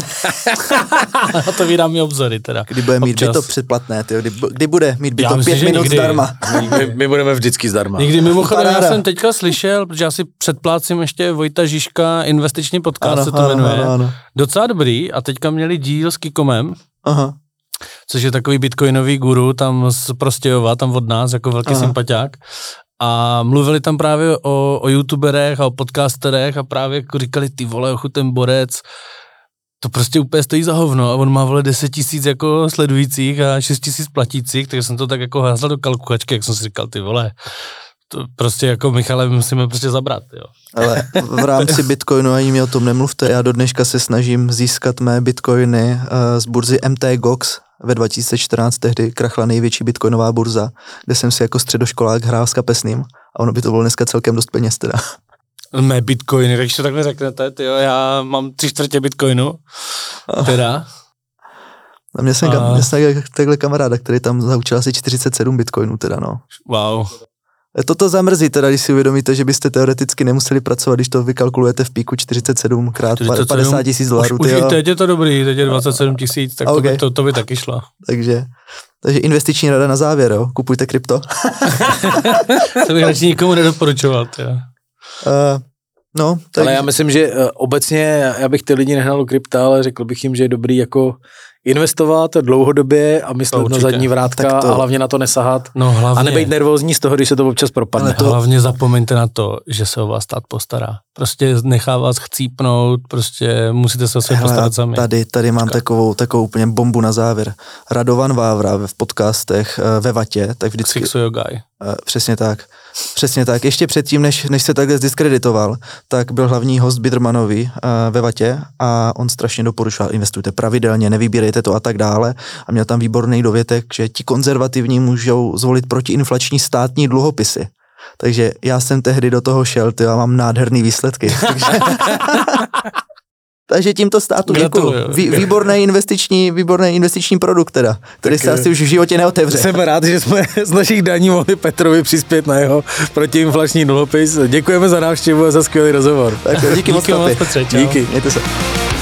To vydám mi obzory teda. Kdy bude mít byto předplatné, tyjo? Kdy, kdy bude mít byto myslím, pět minut nikdy, zdarma? My, my budeme vždycky zdarma. Nikdy mimochodem, já jsem teďka slyšel, protože já si předplácím ještě Vojta Žižka investiční podcast, ano, se to ano, jmenuje. Ano, ano. Docela dobrý a teďka měli díl s Kikomem, aha. Což je takový bitcoinový guru tam z Prostějova, tam od nás, jako velký aha. sympatiák. A mluvili tam právě o, o youtuberech a o podcasterech a právě jako říkali, ty vole, ochu, ten borec, to prostě úplně stojí za hovno a on má vole deset tisíc jako sledujících a šest tisíc platících, takže jsem to tak jako házal do kalkulačky, jak jsem si říkal, ty vole, to prostě jako Michale, musíme prostě zabrat, jo. Ale v rámci Bitcoinu ani mi o tom nemluvte, já do dneška se snažím získat mé bitcoiny uh, z burzy M T Gox. Ve dva tisíce čtrnáct tehdy krachla největší bitcoinová burza, kde jsem si jako středoškolák hrál s kapesným a ono by to bylo dneska celkem dost peněz teda. Mé bitcoiny, když to takhle řeknete, tyjo, já mám tři čtvrtě bitcoinu, teda. A mě jsem, a... jsem takhle kamaráda, který tam zaučil asi čtyřicet sedm bitcoinů teda, no. Wow. Toto zamrzí teda, když si uvědomíte, že byste teoreticky nemuseli pracovat, když to vykalkulujete v píku čtyřicet sedm krát padesát tisíc dolarů. Už, už i teď je to dobrý, teď je dvacet sedm tisíc, tak okay. to, by, to, to by taky šlo. Takže, takže investiční rada na závěr, jo, kupujte krypto. To bych radši nikomu nedoporučoval, jo. Uh, no, tak... Ale já myslím, že uh, obecně, já bych ty lidi nehnal do krypta, ale řekl bych jim, že je dobrý jako investovat dlouhodobě a myslet na zadní vrátka to... a hlavně na to nesahat no, hlavně... a nebejt nervózní z toho, když se to občas propadne. To... Hlavně zapomeňte na to, že se o vás stát postará. Prostě nechá vás chcípnout, prostě musíte se o sebe postarat sami. Tady, tady mám takovou, takovou úplně bombu na závěr. Radovan Vávra v podcastech ve Vatě, tak vždycky... Sixo guy. Přesně tak. Přesně tak. Ještě předtím, než, než se takhle zdiskreditoval, tak byl hlavní host Bidermanovi uh, ve Vatě a on strašně doporučoval, investujte pravidelně, nevybírejte to a tak dále. A měl tam výborný dovětek, že ti konzervativní můžou zvolit protiinflační státní dluhopisy. Takže já jsem tehdy do toho šel, ty já mám nádherný výsledky. Takže, takže tímto státu děkuju. Vý, výborný investiční, výborný investiční produkt teda, který tak se asi už v životě neotevře. Jsem rád, že jsme z našich daní mohli Petrovi přispět na jeho protiinflační dluhopis. Děkujeme za návštěvu a za skvělý rozhovor. Tak díky, díky moc, Petře. Díky. Mějte se.